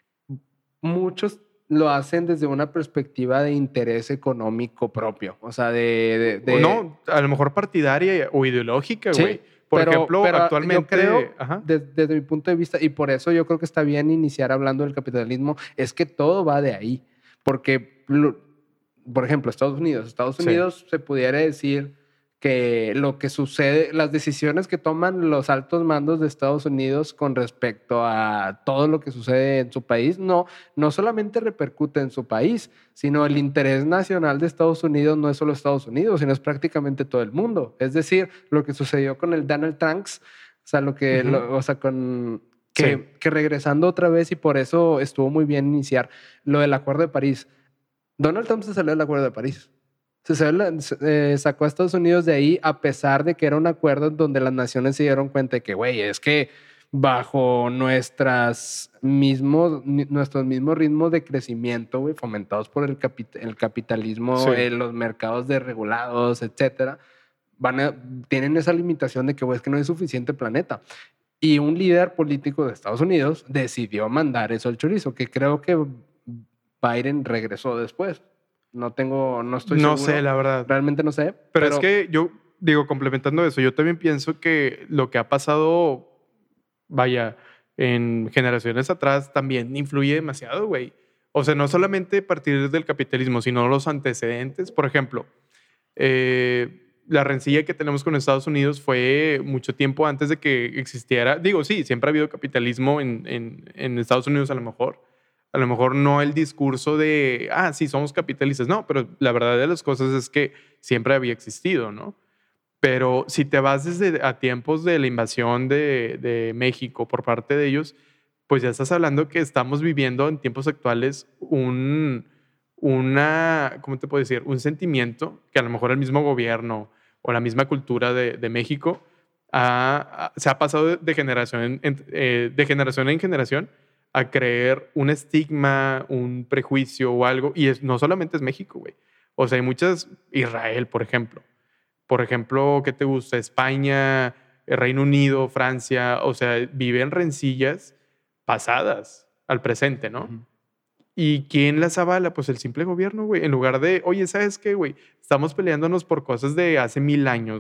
muchos lo hacen desde una perspectiva de interés económico propio. O sea, no, a lo mejor partidaria o ideológica, güey. Sí, por ejemplo, actualmente... Yo creo, desde mi punto de vista, y por eso yo creo que está bien iniciar hablando del capitalismo, es que todo va de ahí. Porque, por ejemplo, Estados Unidos se pudiera decir que lo que sucede, las decisiones que toman los altos mandos de Estados Unidos con respecto a todo lo que sucede en su país, no solamente repercute en su país, sino el interés nacional de Estados Unidos no es solo Estados Unidos, sino es prácticamente todo el mundo. Es decir, lo que sucedió con el Donald Trump, que regresando otra vez, y por eso estuvo muy bien iniciar lo del Acuerdo de París. Donald Trump se salió del Acuerdo de París. Sacó a Estados Unidos de ahí a pesar de que era un acuerdo en donde las naciones se dieron cuenta de que, güey, es que bajo nuestros mismos ritmos de crecimiento, güey, fomentados por el capitalismo, los mercados desregulados, etcétera, tienen esa limitación de que, güey, es que no hay suficiente planeta. Y un líder político de Estados Unidos decidió mandar eso al chorizo, que creo que Biden regresó después. No estoy seguro. No sé, la verdad. Realmente no sé. Pero es que yo, digo, complementando eso, yo también pienso que lo que ha pasado, vaya, en generaciones atrás también influye demasiado, güey. O sea, no solamente a partir del capitalismo, sino los antecedentes. Por ejemplo, la rencilla que tenemos con Estados Unidos fue mucho tiempo antes de que existiera. Digo, sí, siempre ha habido capitalismo en Estados Unidos a lo mejor. A lo mejor no el discurso de, sí, somos capitalistas. No, pero la verdad de las cosas es que siempre había existido, ¿no? Pero si te vas desde a tiempos de la invasión de México por parte de ellos, pues ya estás hablando que estamos viviendo en tiempos actuales ¿cómo te puedo decir? Un sentimiento que a lo mejor el mismo gobierno o la misma cultura de México se ha pasado de generación en generación a creer un estigma, un prejuicio o algo. Y no solamente es México, güey. O sea, hay muchas... Israel, por ejemplo. Por ejemplo, ¿qué te gusta? España, Reino Unido, Francia. O sea, viven rencillas pasadas al presente, ¿no? Uh-huh. ¿Y quién las avala? Pues el simple gobierno, güey. En lugar de, oye, ¿sabes qué, güey? Estamos peleándonos por cosas de hace 1000 años, güey.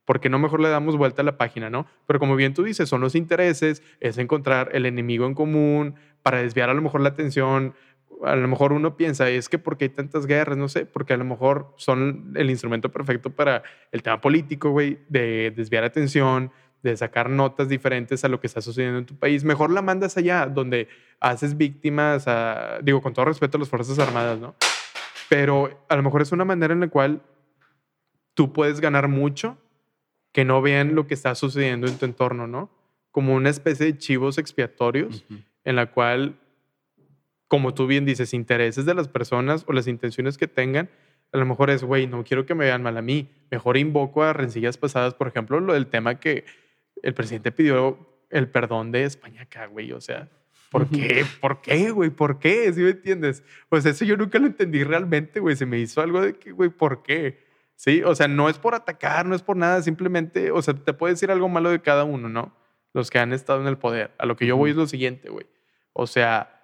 ¿Por qué no mejor le damos vuelta a la página, no? Pero como bien tú dices, son los intereses, es encontrar el enemigo en común para desviar a lo mejor la atención. A lo mejor uno piensa, es que ¿por qué hay tantas guerras? No sé, porque a lo mejor son el instrumento perfecto para el tema político, güey, de desviar atención, de sacar notas diferentes a lo que está sucediendo en tu país. Mejor la mandas allá, donde haces víctimas, digo, con todo respeto a las Fuerzas Armadas, ¿no? Pero a lo mejor es una manera en la cual tú puedes ganar mucho que no vean lo que está sucediendo en tu entorno, ¿no? Como una especie de chivos expiatorios en la cual, como tú bien dices, intereses de las personas o las intenciones que tengan, a lo mejor es, güey, no quiero que me vean mal a mí. Mejor invoco a rencillas pasadas, por ejemplo, lo del tema que el presidente pidió el perdón de España acá, güey. O sea, ¿por qué? ¿Por qué, güey? ¿Por qué? ¿Sí me entiendes? Pues eso yo nunca lo entendí realmente, güey. Se me hizo algo de que, güey, ¿por qué? Sí, o sea, no es por atacar, no es por nada, simplemente, o sea, te puede decir algo malo de cada uno, ¿no? Los que han estado en el poder. A lo que yo voy es lo siguiente, güey. O sea,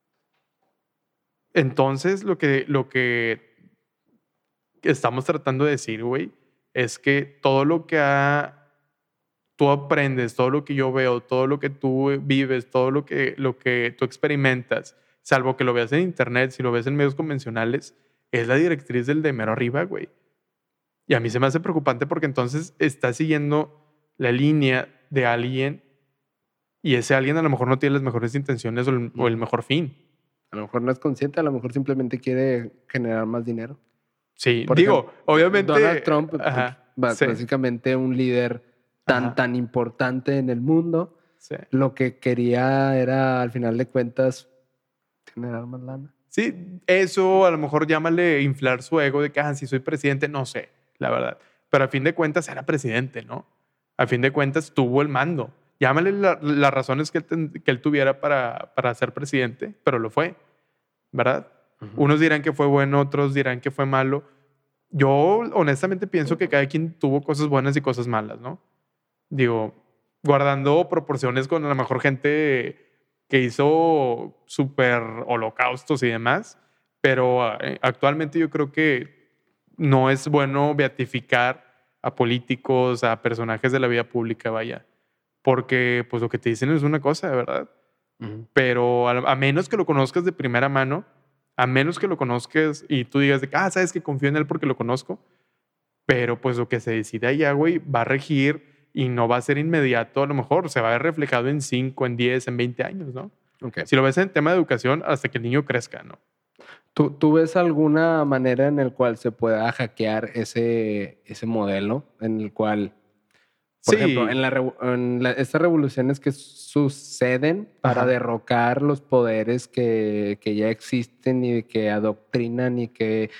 entonces lo que estamos tratando de decir, güey, es que todo lo que tú aprendes, todo lo que yo veo, todo lo que tú vives, todo lo que tú experimentas, salvo que lo veas en internet, si lo ves en medios convencionales, es la directriz del de mero arriba, güey. Y a mí se me hace preocupante porque entonces está siguiendo la línea de alguien y ese alguien a lo mejor no tiene las mejores intenciones o el mejor fin. A lo mejor no es consciente, a lo mejor simplemente quiere generar más dinero. Sí, digo, obviamente... Donald Trump, básicamente un líder tan importante en el mundo, lo que quería era, al final de cuentas, generar más lana. Sí, eso a lo mejor llámale inflar su ego de que, si soy presidente, no sé, la verdad. Pero a fin de cuentas era presidente, ¿no? A fin de cuentas tuvo el mando. Llámale las razones que él tuviera para ser presidente, pero lo fue, ¿verdad? Unos dirán que fue bueno, otros dirán que fue malo. Yo honestamente pienso que cada quien tuvo cosas buenas y cosas malas, ¿no? Digo, guardando proporciones con a lo mejor gente que hizo súper holocaustos y demás, pero actualmente yo creo que no es bueno beatificar a políticos, a personajes de la vida pública, vaya, porque pues lo que te dicen es una cosa, ¿verdad? Pero a menos que lo conozcas de primera mano, a menos que lo conozcas y tú digas de que, sabes que confío en él porque lo conozco, pero pues lo que se decide allá, güey, va a regir y no va a ser inmediato, a lo mejor se va a ver reflejado en 5, en 10, en 20 años, ¿no? Okay. Si lo ves en tema de educación, hasta que el niño crezca, ¿no? ¿Tú ves alguna manera en la cual se pueda hackear ese modelo en el cual, por ejemplo, en estas revoluciones que suceden para derrocar los poderes que ya existen y que adoctrinan y que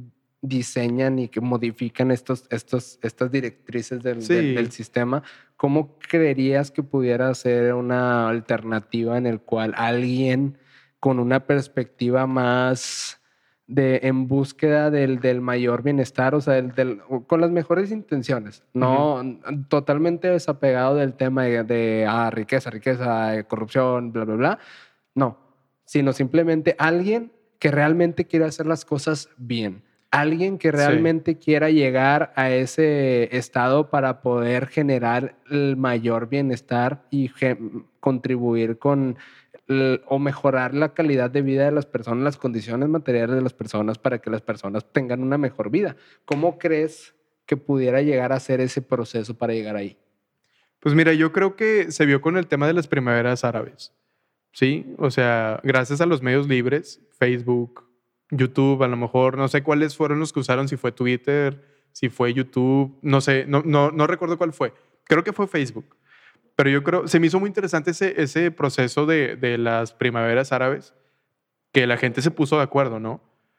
diseñan y que modifican estas directrices del sistema, ¿cómo creerías que pudiera ser una alternativa en el cual alguien con una perspectiva más en búsqueda del mayor bienestar, o sea, con las mejores intenciones, no totalmente desapegado del tema de riqueza, corrupción, bla, bla, bla, no, sino simplemente alguien que realmente quiere hacer las cosas bien, alguien que realmente quiera llegar a ese estado para poder generar el mayor bienestar y contribuir con o mejorar la calidad de vida de las personas, las condiciones materiales de las personas para que las personas tengan una mejor vida? ¿Cómo crees que pudiera llegar a ser ese proceso para llegar ahí? Pues mira, yo creo que se vio con el tema de las primaveras árabes, ¿sí? O sea, gracias a los medios libres, Facebook, YouTube, a lo mejor, no sé cuáles fueron los que usaron, si fue Twitter, si fue YouTube, no sé, no recuerdo cuál fue. Creo que fue Facebook. Pero yo creo, se me hizo muy interesante ese proceso de las primaveras árabes, que la gente se puso de acuerdo, ¿no?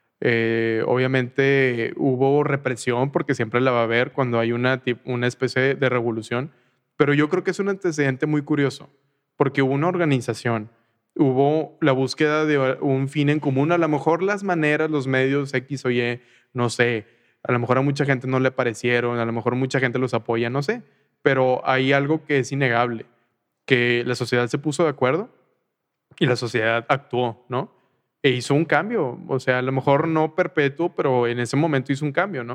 Obviamente hubo represión, porque siempre la va a haber cuando hay una especie de revolución, pero yo creo que es un antecedente muy curioso, porque hubo una organización, hubo la búsqueda de un fin en común, a lo mejor las maneras, los medios X o Y, no sé, a lo mejor a mucha gente no le parecieron, a lo mejor mucha gente los apoya, no sé, pero hay algo que es innegable, que la sociedad se puso de acuerdo y la sociedad actuó, ¿no? E hizo un cambio, o sea, a lo mejor no perpetuo, pero en ese momento hizo un cambio, ¿no?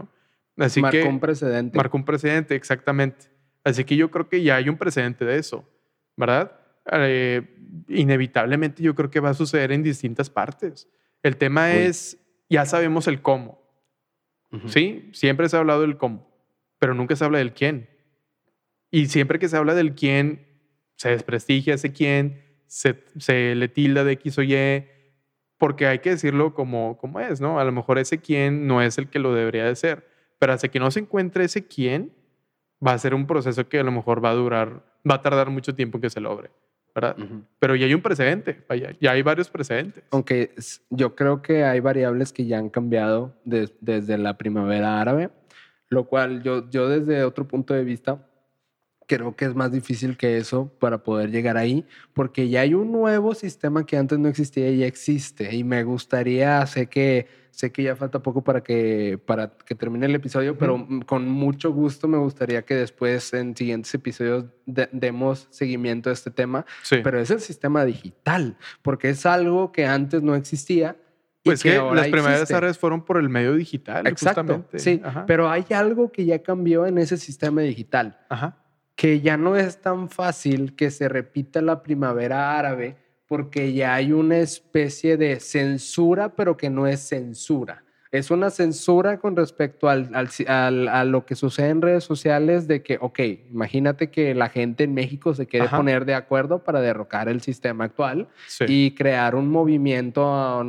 Así marcó que un precedente. Marcó un precedente, exactamente. Así que yo creo que ya hay un precedente de eso, ¿verdad? Inevitablemente yo creo que va a suceder en distintas partes. El tema es, ya sabemos el cómo. Sí, siempre se ha hablado del cómo, pero nunca se habla del quién. Y siempre que se habla del quién, se desprestigia ese quién, se le tilda de X o Y, porque hay que decirlo como es, ¿no? A lo mejor ese quién no es el que lo debería de ser, pero hasta que no se encuentre ese quién, va a ser un proceso que a lo mejor va a tardar mucho tiempo en que se logre, ¿verdad? Pero ya hay un precedente, vaya, ya hay varios precedentes. Aunque yo creo que hay variables que ya han cambiado desde la primavera árabe, lo cual yo desde otro punto de vista creo que es más difícil que eso para poder llegar ahí, porque ya hay un nuevo sistema que antes no existía y ya existe. Y me gustaría, sé que ya falta poco para que termine el episodio, pero con mucho gusto me gustaría que después en siguientes episodios demos seguimiento a este tema. Sí. Pero es el sistema digital, porque es algo que antes no existía. Pues que las primeras áreas fueron por el medio digital. Exacto, justamente. Sí. Ajá. Pero hay algo que ya cambió en ese sistema digital. Ajá. Que ya no es tan fácil que se repita la primavera árabe porque ya hay una especie de censura, pero que no es censura. Es una censura con respecto a lo que sucede en redes sociales de que, ok, imagínate que la gente en México se quiere poner de acuerdo para derrocar el sistema actual y crear un movimiento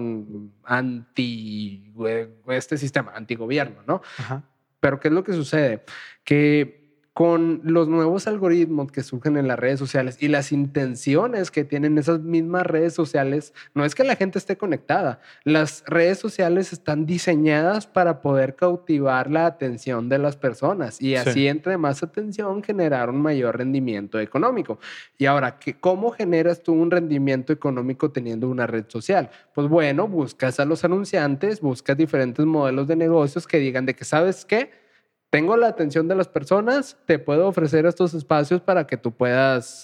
este sistema, antigobierno, ¿no? Ajá. Pero ¿qué es lo que sucede? Que con los nuevos algoritmos que surgen en las redes sociales y las intenciones que tienen esas mismas redes sociales, no es que la gente esté conectada. Las redes sociales están diseñadas para poder cautivar la atención de las personas y así, entre más atención, generar un mayor rendimiento económico. Y ahora, ¿cómo generas tú un rendimiento económico teniendo una red social? Pues bueno, buscas a los anunciantes, buscas diferentes modelos de negocios que digan de que, ¿sabes qué? Tengo la atención de las personas, te puedo ofrecer estos espacios para que tú puedas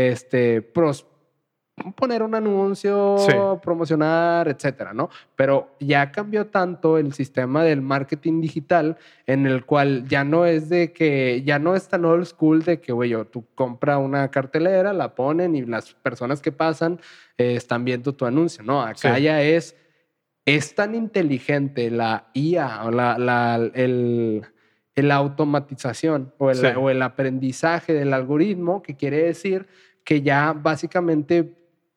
poner un anuncio, promocionar, etcétera, ¿no? Pero ya cambió tanto el sistema del marketing digital en el cual ya no es tan old school de que, güey, tú compras una cartelera, la ponen y las personas que pasan están viendo tu anuncio, ¿no? Acá ya es tan inteligente la IA o la automatización o el aprendizaje del algoritmo, que quiere decir que ya básicamente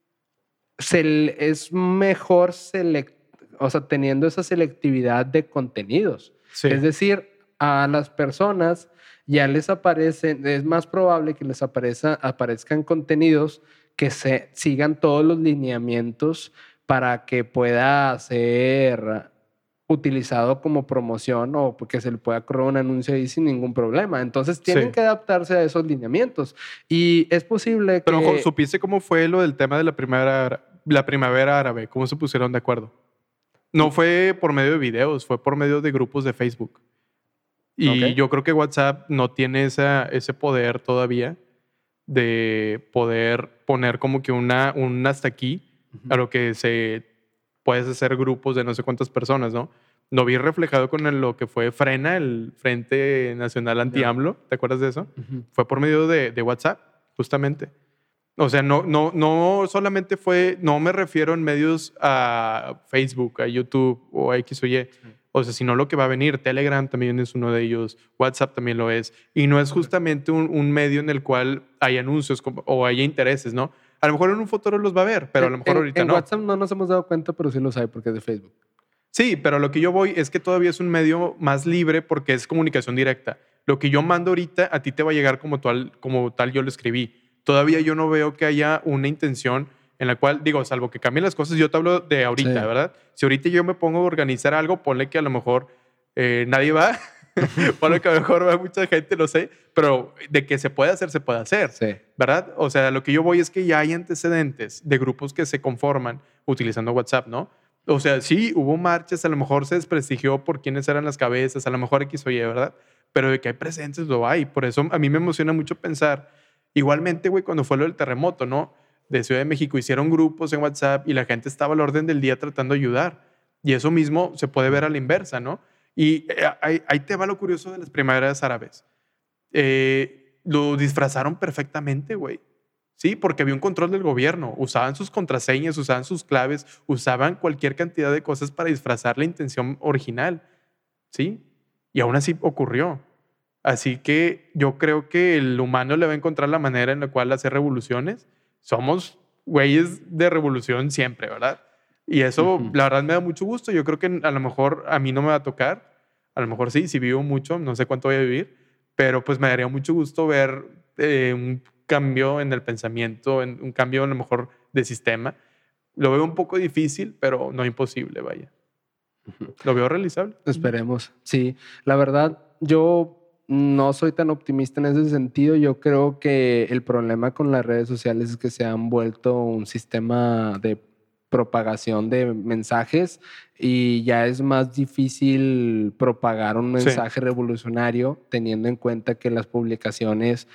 es mejor teniendo esa selectividad de contenidos. Es decir, a las personas ya les aparecen, es más probable que les aparezcan contenidos que se sigan todos los lineamientos para que pueda ser utilizado como promoción o porque se le pueda correr un anuncio ahí sin ningún problema. Entonces tienen que adaptarse a esos lineamientos. Y es posible que... Pero, ¿supiste cómo fue lo del tema de la primavera árabe? ¿Cómo se pusieron de acuerdo? No fue por medio de videos, fue por medio de grupos de Facebook. Y yo creo que WhatsApp no tiene ese poder todavía de poder poner como que un hasta aquí a lo que puedes hacer grupos de no sé cuántas personas, ¿no? Lo vi reflejado con lo que fue Frena, el Frente Nacional Anti-AMLO. ¿Te acuerdas de eso? Fue por medio de WhatsApp, justamente. O sea, no solamente no me refiero en medios a Facebook, a YouTube o a X o Y. O sea, sino lo que va a venir. Telegram también es uno de ellos. WhatsApp también lo es. Y no es justamente un medio en el cual hay anuncios o haya intereses, ¿no? A lo mejor en un futuro los va a ver, pero a lo mejor ahorita no. En WhatsApp no nos hemos dado cuenta, pero sí los hay porque es de Facebook. Sí, pero lo que yo voy es que todavía es un medio más libre porque es comunicación directa. Lo que yo mando ahorita a ti te va a llegar como tal yo lo escribí. Todavía yo no veo que haya una intención en la cual, digo, salvo que cambien las cosas, yo te hablo de ahorita, ¿verdad? Si ahorita yo me pongo a organizar algo, ponle que a lo mejor nadie va, ponle que a lo mejor va mucha gente, lo sé, pero de que se puede hacer, ¿verdad? O sea, lo que yo voy es que ya hay antecedentes de grupos que se conforman utilizando WhatsApp, ¿no? O sea, sí, hubo marchas, a lo mejor se desprestigió por quiénes eran las cabezas, a lo mejor X o Y, ¿verdad? Pero de que hay precedentes lo hay. Por eso a mí me emociona mucho pensar. Igualmente, güey, cuando fue lo del terremoto, ¿no? De Ciudad de México, hicieron grupos en WhatsApp y la gente estaba al orden del día tratando de ayudar. Y eso mismo se puede ver a la inversa, ¿no? Y ahí te va lo curioso de las primaveras árabes. Lo disfrazaron perfectamente, güey. Sí, porque había un control del gobierno. Usaban sus contraseñas, usaban sus claves, usaban cualquier cantidad de cosas para disfrazar la intención original. ¿Sí? Y aún así ocurrió. Así que yo creo que el humano le va a encontrar la manera en la cual hacer revoluciones. Somos güeyes de revolución siempre, ¿verdad? Y eso, la verdad, me da mucho gusto. Yo creo que a lo mejor a mí no me va a tocar. A lo mejor sí, si vivo mucho, no sé cuánto voy a vivir, pero pues me daría mucho gusto ver un cambio en el pensamiento, un cambio a lo mejor de sistema. Lo veo un poco difícil, pero no imposible, vaya. Lo veo realizable. Esperemos. Sí, la verdad, yo no soy tan optimista en ese sentido. Yo creo que el problema con las redes sociales es que se han vuelto un sistema de propagación de mensajes y ya es más difícil propagar un mensaje revolucionario teniendo en cuenta que las publicaciones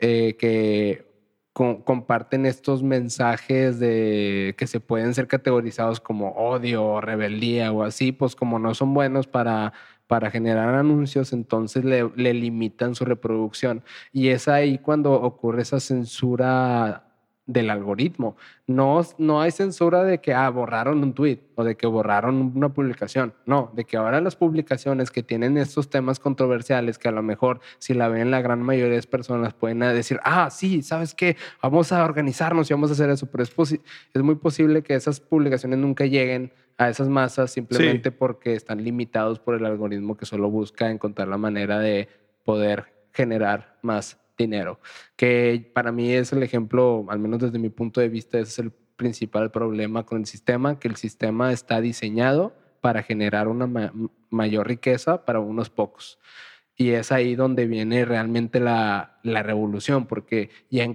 que comparten estos mensajes que se pueden ser categorizados como odio o rebeldía o así, pues como no son buenos para generar anuncios, entonces le limitan su reproducción. Y es ahí cuando ocurre esa censura del algoritmo. No hay censura de que borraron un tweet o de que borraron una publicación. No, de que ahora las publicaciones que tienen estos temas controversiales, que a lo mejor si la ven la gran mayoría de personas pueden decir, sí, ¿sabes qué? Vamos a organizarnos y vamos a hacer eso. Pero es muy posible que esas publicaciones nunca lleguen a esas masas simplemente porque están limitados por el algoritmo que solo busca encontrar la manera de poder generar más dinero, que para mí es el ejemplo, al menos desde mi punto de vista, ese es el principal problema con el sistema, que el sistema está diseñado para generar una mayor riqueza para unos pocos. Y es ahí donde viene realmente la revolución, porque ya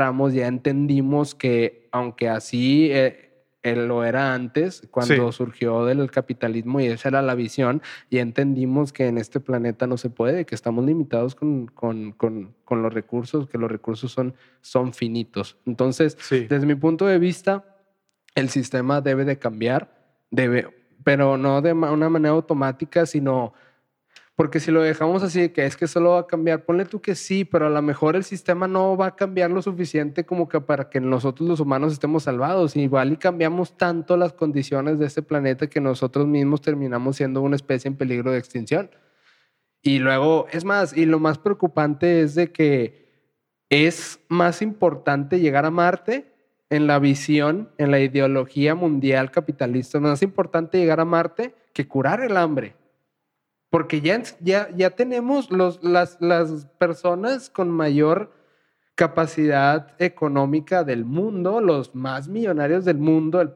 entendimos que aunque así él lo era antes, cuando surgió del capitalismo y esa era la visión, y entendimos que en este planeta no se puede, que estamos limitados con los recursos, que los recursos son finitos. Entonces, desde mi punto de vista, el sistema debe de cambiar, pero no de una manera automática, sino... Porque si lo dejamos así, que es que solo va a cambiar, ponle tú que sí, pero a lo mejor el sistema no va a cambiar lo suficiente como que para que nosotros los humanos estemos salvados. Igual y cambiamos tanto las condiciones de este planeta que nosotros mismos terminamos siendo una especie en peligro de extinción. Y luego, es más, y lo más preocupante es de que es más importante llegar a Marte en la visión, en la ideología mundial capitalista. Es más importante llegar a Marte que curar el hambre. Porque ya tenemos las personas con mayor capacidad económica del mundo, los más millonarios del mundo, el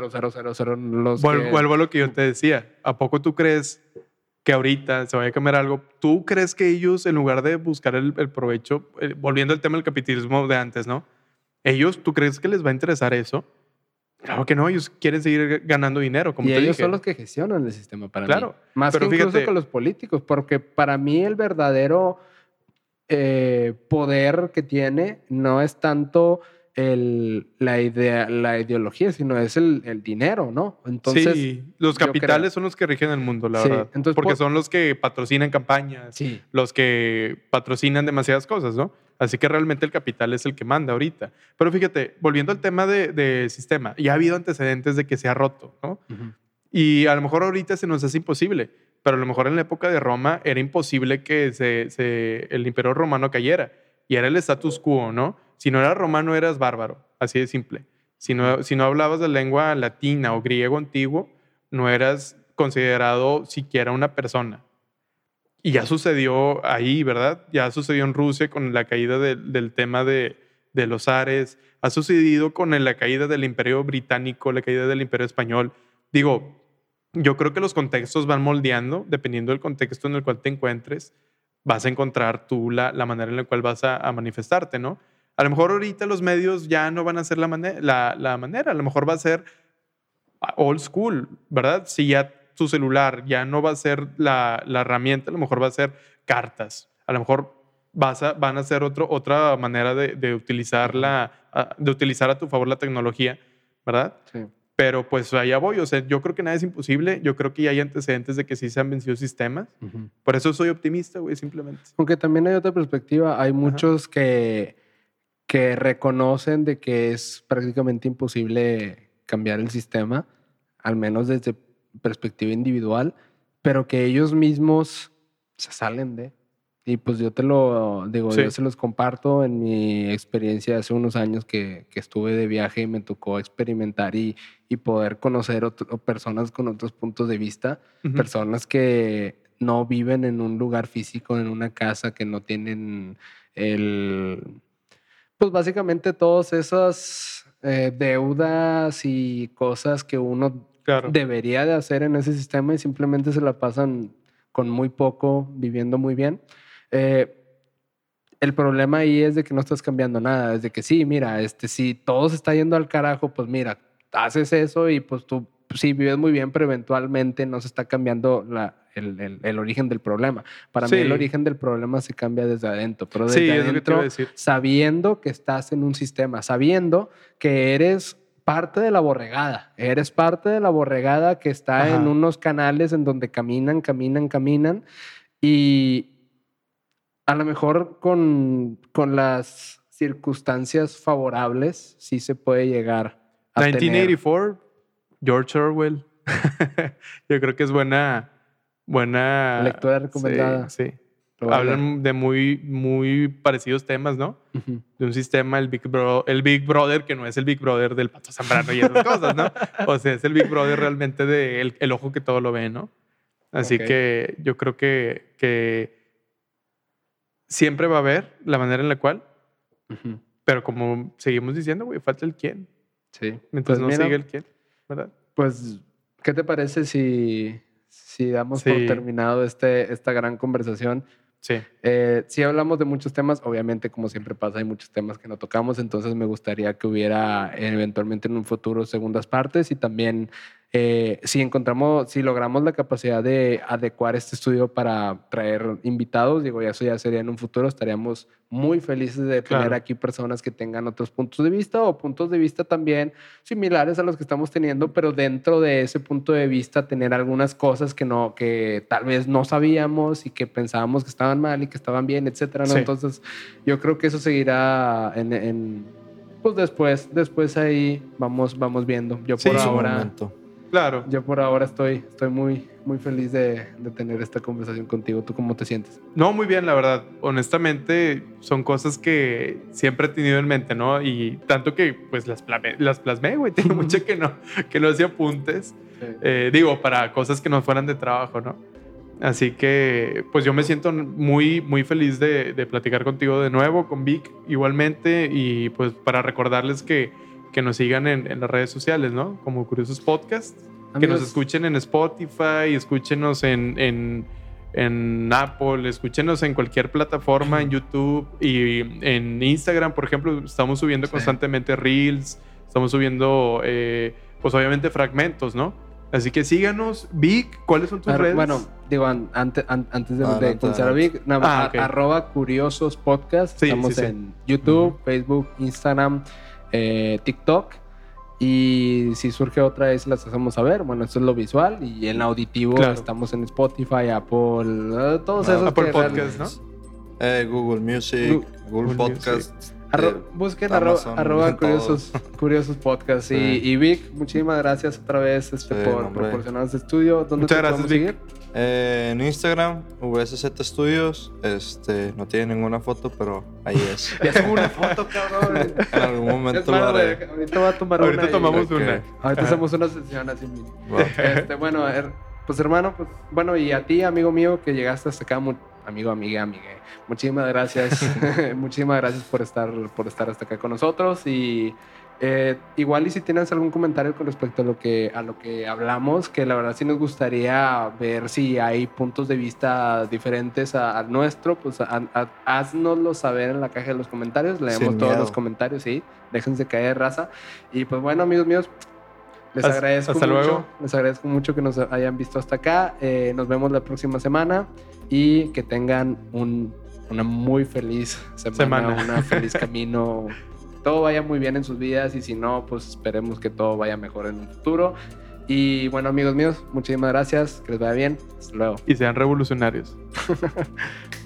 .0000. Vuelvo a lo que yo te decía. ¿A poco tú crees que ahorita se vaya a cambiar algo? ¿Tú crees que ellos, en lugar de buscar el provecho, volviendo al tema del capitalismo de antes, ¿no? ¿Tú crees que les va a interesar eso? Claro que no, ellos quieren seguir ganando dinero, como y te ellos dije. son los que gestionan el sistema para mí. Más que incluso que los políticos, porque para mí el verdadero poder que tiene no es tanto la ideología, sino es el dinero, ¿no? Entonces, sí, los capitales son los que rigen el mundo, la verdad. Entonces, porque son los que patrocinan campañas, los que patrocinan demasiadas cosas, ¿no? Así que realmente el capital es el que manda ahorita. Pero fíjate, volviendo al tema de sistema, ya ha habido antecedentes de que se ha roto, ¿no? Y a lo mejor ahorita se nos hace imposible, pero a lo mejor en la época de Roma era imposible que el imperio romano cayera. Y era el status quo, ¿no? Si no eras romano, eras bárbaro, así de simple. Si no hablabas de lengua latina o griego antiguo, no eras considerado siquiera una persona. Y ya sucedió ahí, ¿verdad? Ya sucedió en Rusia con la caída del tema de los zares. Ha sucedido con la caída del Imperio Británico, la caída del Imperio Español. Digo, yo creo que los contextos van moldeando, dependiendo del contexto en el cual te encuentres, vas a encontrar tú la manera en la cual vas a manifestarte, ¿no? A lo mejor ahorita los medios ya no van a ser la manera, a lo mejor va a ser old school, ¿verdad? Si ya tu celular ya no va a ser la herramienta, a lo mejor va a ser cartas, a lo mejor van a ser otra manera de utilizar a tu favor la tecnología, ¿verdad? Sí. Pero pues allá voy. O sea, yo creo que nada es imposible. Yo creo que ya hay antecedentes de que sí se han vencido sistemas. Por eso soy optimista, güey, simplemente. Aunque también hay otra perspectiva. Hay muchos que reconocen de que es prácticamente imposible cambiar el sistema, al menos desde perspectiva individual, pero que ellos mismos se salen de... Y pues yo te lo digo, yo se los comparto en mi experiencia hace unos años que estuve de viaje y me tocó experimentar y poder conocer personas con otros puntos de vista, personas que no viven en un lugar físico, en una casa, que no tienen pues básicamente todas esas deudas y cosas que uno debería de hacer en ese sistema y simplemente se la pasan con muy poco, viviendo muy bien. El problema ahí es de que no estás cambiando nada. Es de que sí, mira, si todo se está yendo al carajo, pues mira, haces eso y pues tú sí vives muy bien, pero eventualmente no se está cambiando el origen del problema. Para mí el origen del problema se cambia desde adentro, pero desde adentro, sabiendo que estás en un sistema, sabiendo que eres parte de la borregada. Eres parte de la borregada que está en unos canales en donde caminan y a lo mejor con las circunstancias favorables sí se puede llegar a 1984, George Orwell. Yo creo que es buena lectura recomendada. Sí. Hablan de muy parecidos temas, ¿no? De un sistema, el Big Brother, que no es el Big Brother del Pato Zambrano y esas cosas, ¿no? O sea, es el Big Brother realmente de el ojo que todo lo ve, ¿no? Así que yo creo que siempre va a haber la manera en la cual, pero como seguimos diciendo, güey, falta el quién. Sí. Mientras pues sigue el quién, ¿verdad? Pues, ¿qué te parece si damos por terminado esta gran conversación? Sí. Sí hablamos de muchos temas, obviamente como siempre pasa hay muchos temas que no tocamos, entonces me gustaría que hubiera eventualmente en un futuro segundas partes y también si logramos la capacidad de adecuar este estudio para traer invitados, digo, eso ya sería en un futuro, estaríamos muy felices de tener aquí personas que tengan otros puntos de vista o puntos de vista también similares a los que estamos teniendo, pero dentro de ese punto de vista tener algunas cosas que tal vez no sabíamos y que pensábamos que estaban mal y que estaban bien, etcétera, ¿no? Entonces yo creo que eso seguirá pues después ahí vamos viendo. Yo por ahora Claro. Yo por ahora estoy muy, muy feliz de tener esta conversación contigo. ¿Tú cómo te sientes? No, muy bien, la verdad. Honestamente, son cosas que siempre he tenido en mente, ¿no? Y tanto que, pues, las plasmé, güey. Tengo mucho que no hacía apuntes. Sí. Digo, para cosas que no fueran de trabajo, ¿no? Así que, pues, yo me siento muy, muy feliz de platicar contigo de nuevo, con Vic igualmente. Y, pues, para recordarles que nos sigan en las redes sociales, ¿no? Como Curiosos Podcast. Amigos. Que nos escuchen en Spotify, escúchenos en Apple, escúchenos en cualquier plataforma, en YouTube y en Instagram, por ejemplo, estamos subiendo constantemente Reels, estamos subiendo, pues obviamente fragmentos, ¿no? Así que síganos. Vic, ¿cuáles son tus redes? Bueno, digo, antes de comenzar a Vic, @Curiosos Podcast. Sí, estamos en YouTube, Facebook, Instagram, TikTok, y si surge otra vez las hacemos saber. Bueno, esto es lo visual, y en auditivo estamos en Spotify, Apple, todos esos Apple Podcast, ¿no? Google Music, Google Podcast. Busquen Curiosos Podcast. Y Vic, muchísimas gracias otra vez por proporcionar este estudio. ¿Dónde te podemos seguir? En Instagram, VSZ Studios. No tiene ninguna foto, pero ahí es. Ya subo una foto, cabrón. En algún momento lo haré. Ahorita voy a tomar una. Ahorita tomamos una. Ahorita hacemos una sesión así mismo. Bueno, pues hermano, y a ti, amigo mío, que llegaste hasta acá, amiga. Muchísimas gracias. Muchísimas gracias por estar hasta acá con nosotros. Y igual, y si tienes algún comentario con respecto a lo que hablamos, que la verdad sí nos gustaría ver si hay puntos de vista diferentes al nuestro, pues haznoslo saber en la caja de los comentarios. Leemos todos los comentarios, sí. Déjense caer, raza. Y pues bueno, amigos míos, les agradezco mucho. Luego. Les agradezco mucho que nos hayan visto hasta acá. Nos vemos la próxima semana y que tengan una muy feliz semana. Un feliz camino todo vaya muy bien en sus vidas, y si no, pues esperemos que todo vaya mejor en un futuro. Y bueno, amigos míos, muchísimas gracias, que les vaya bien, hasta luego. Y sean revolucionarios.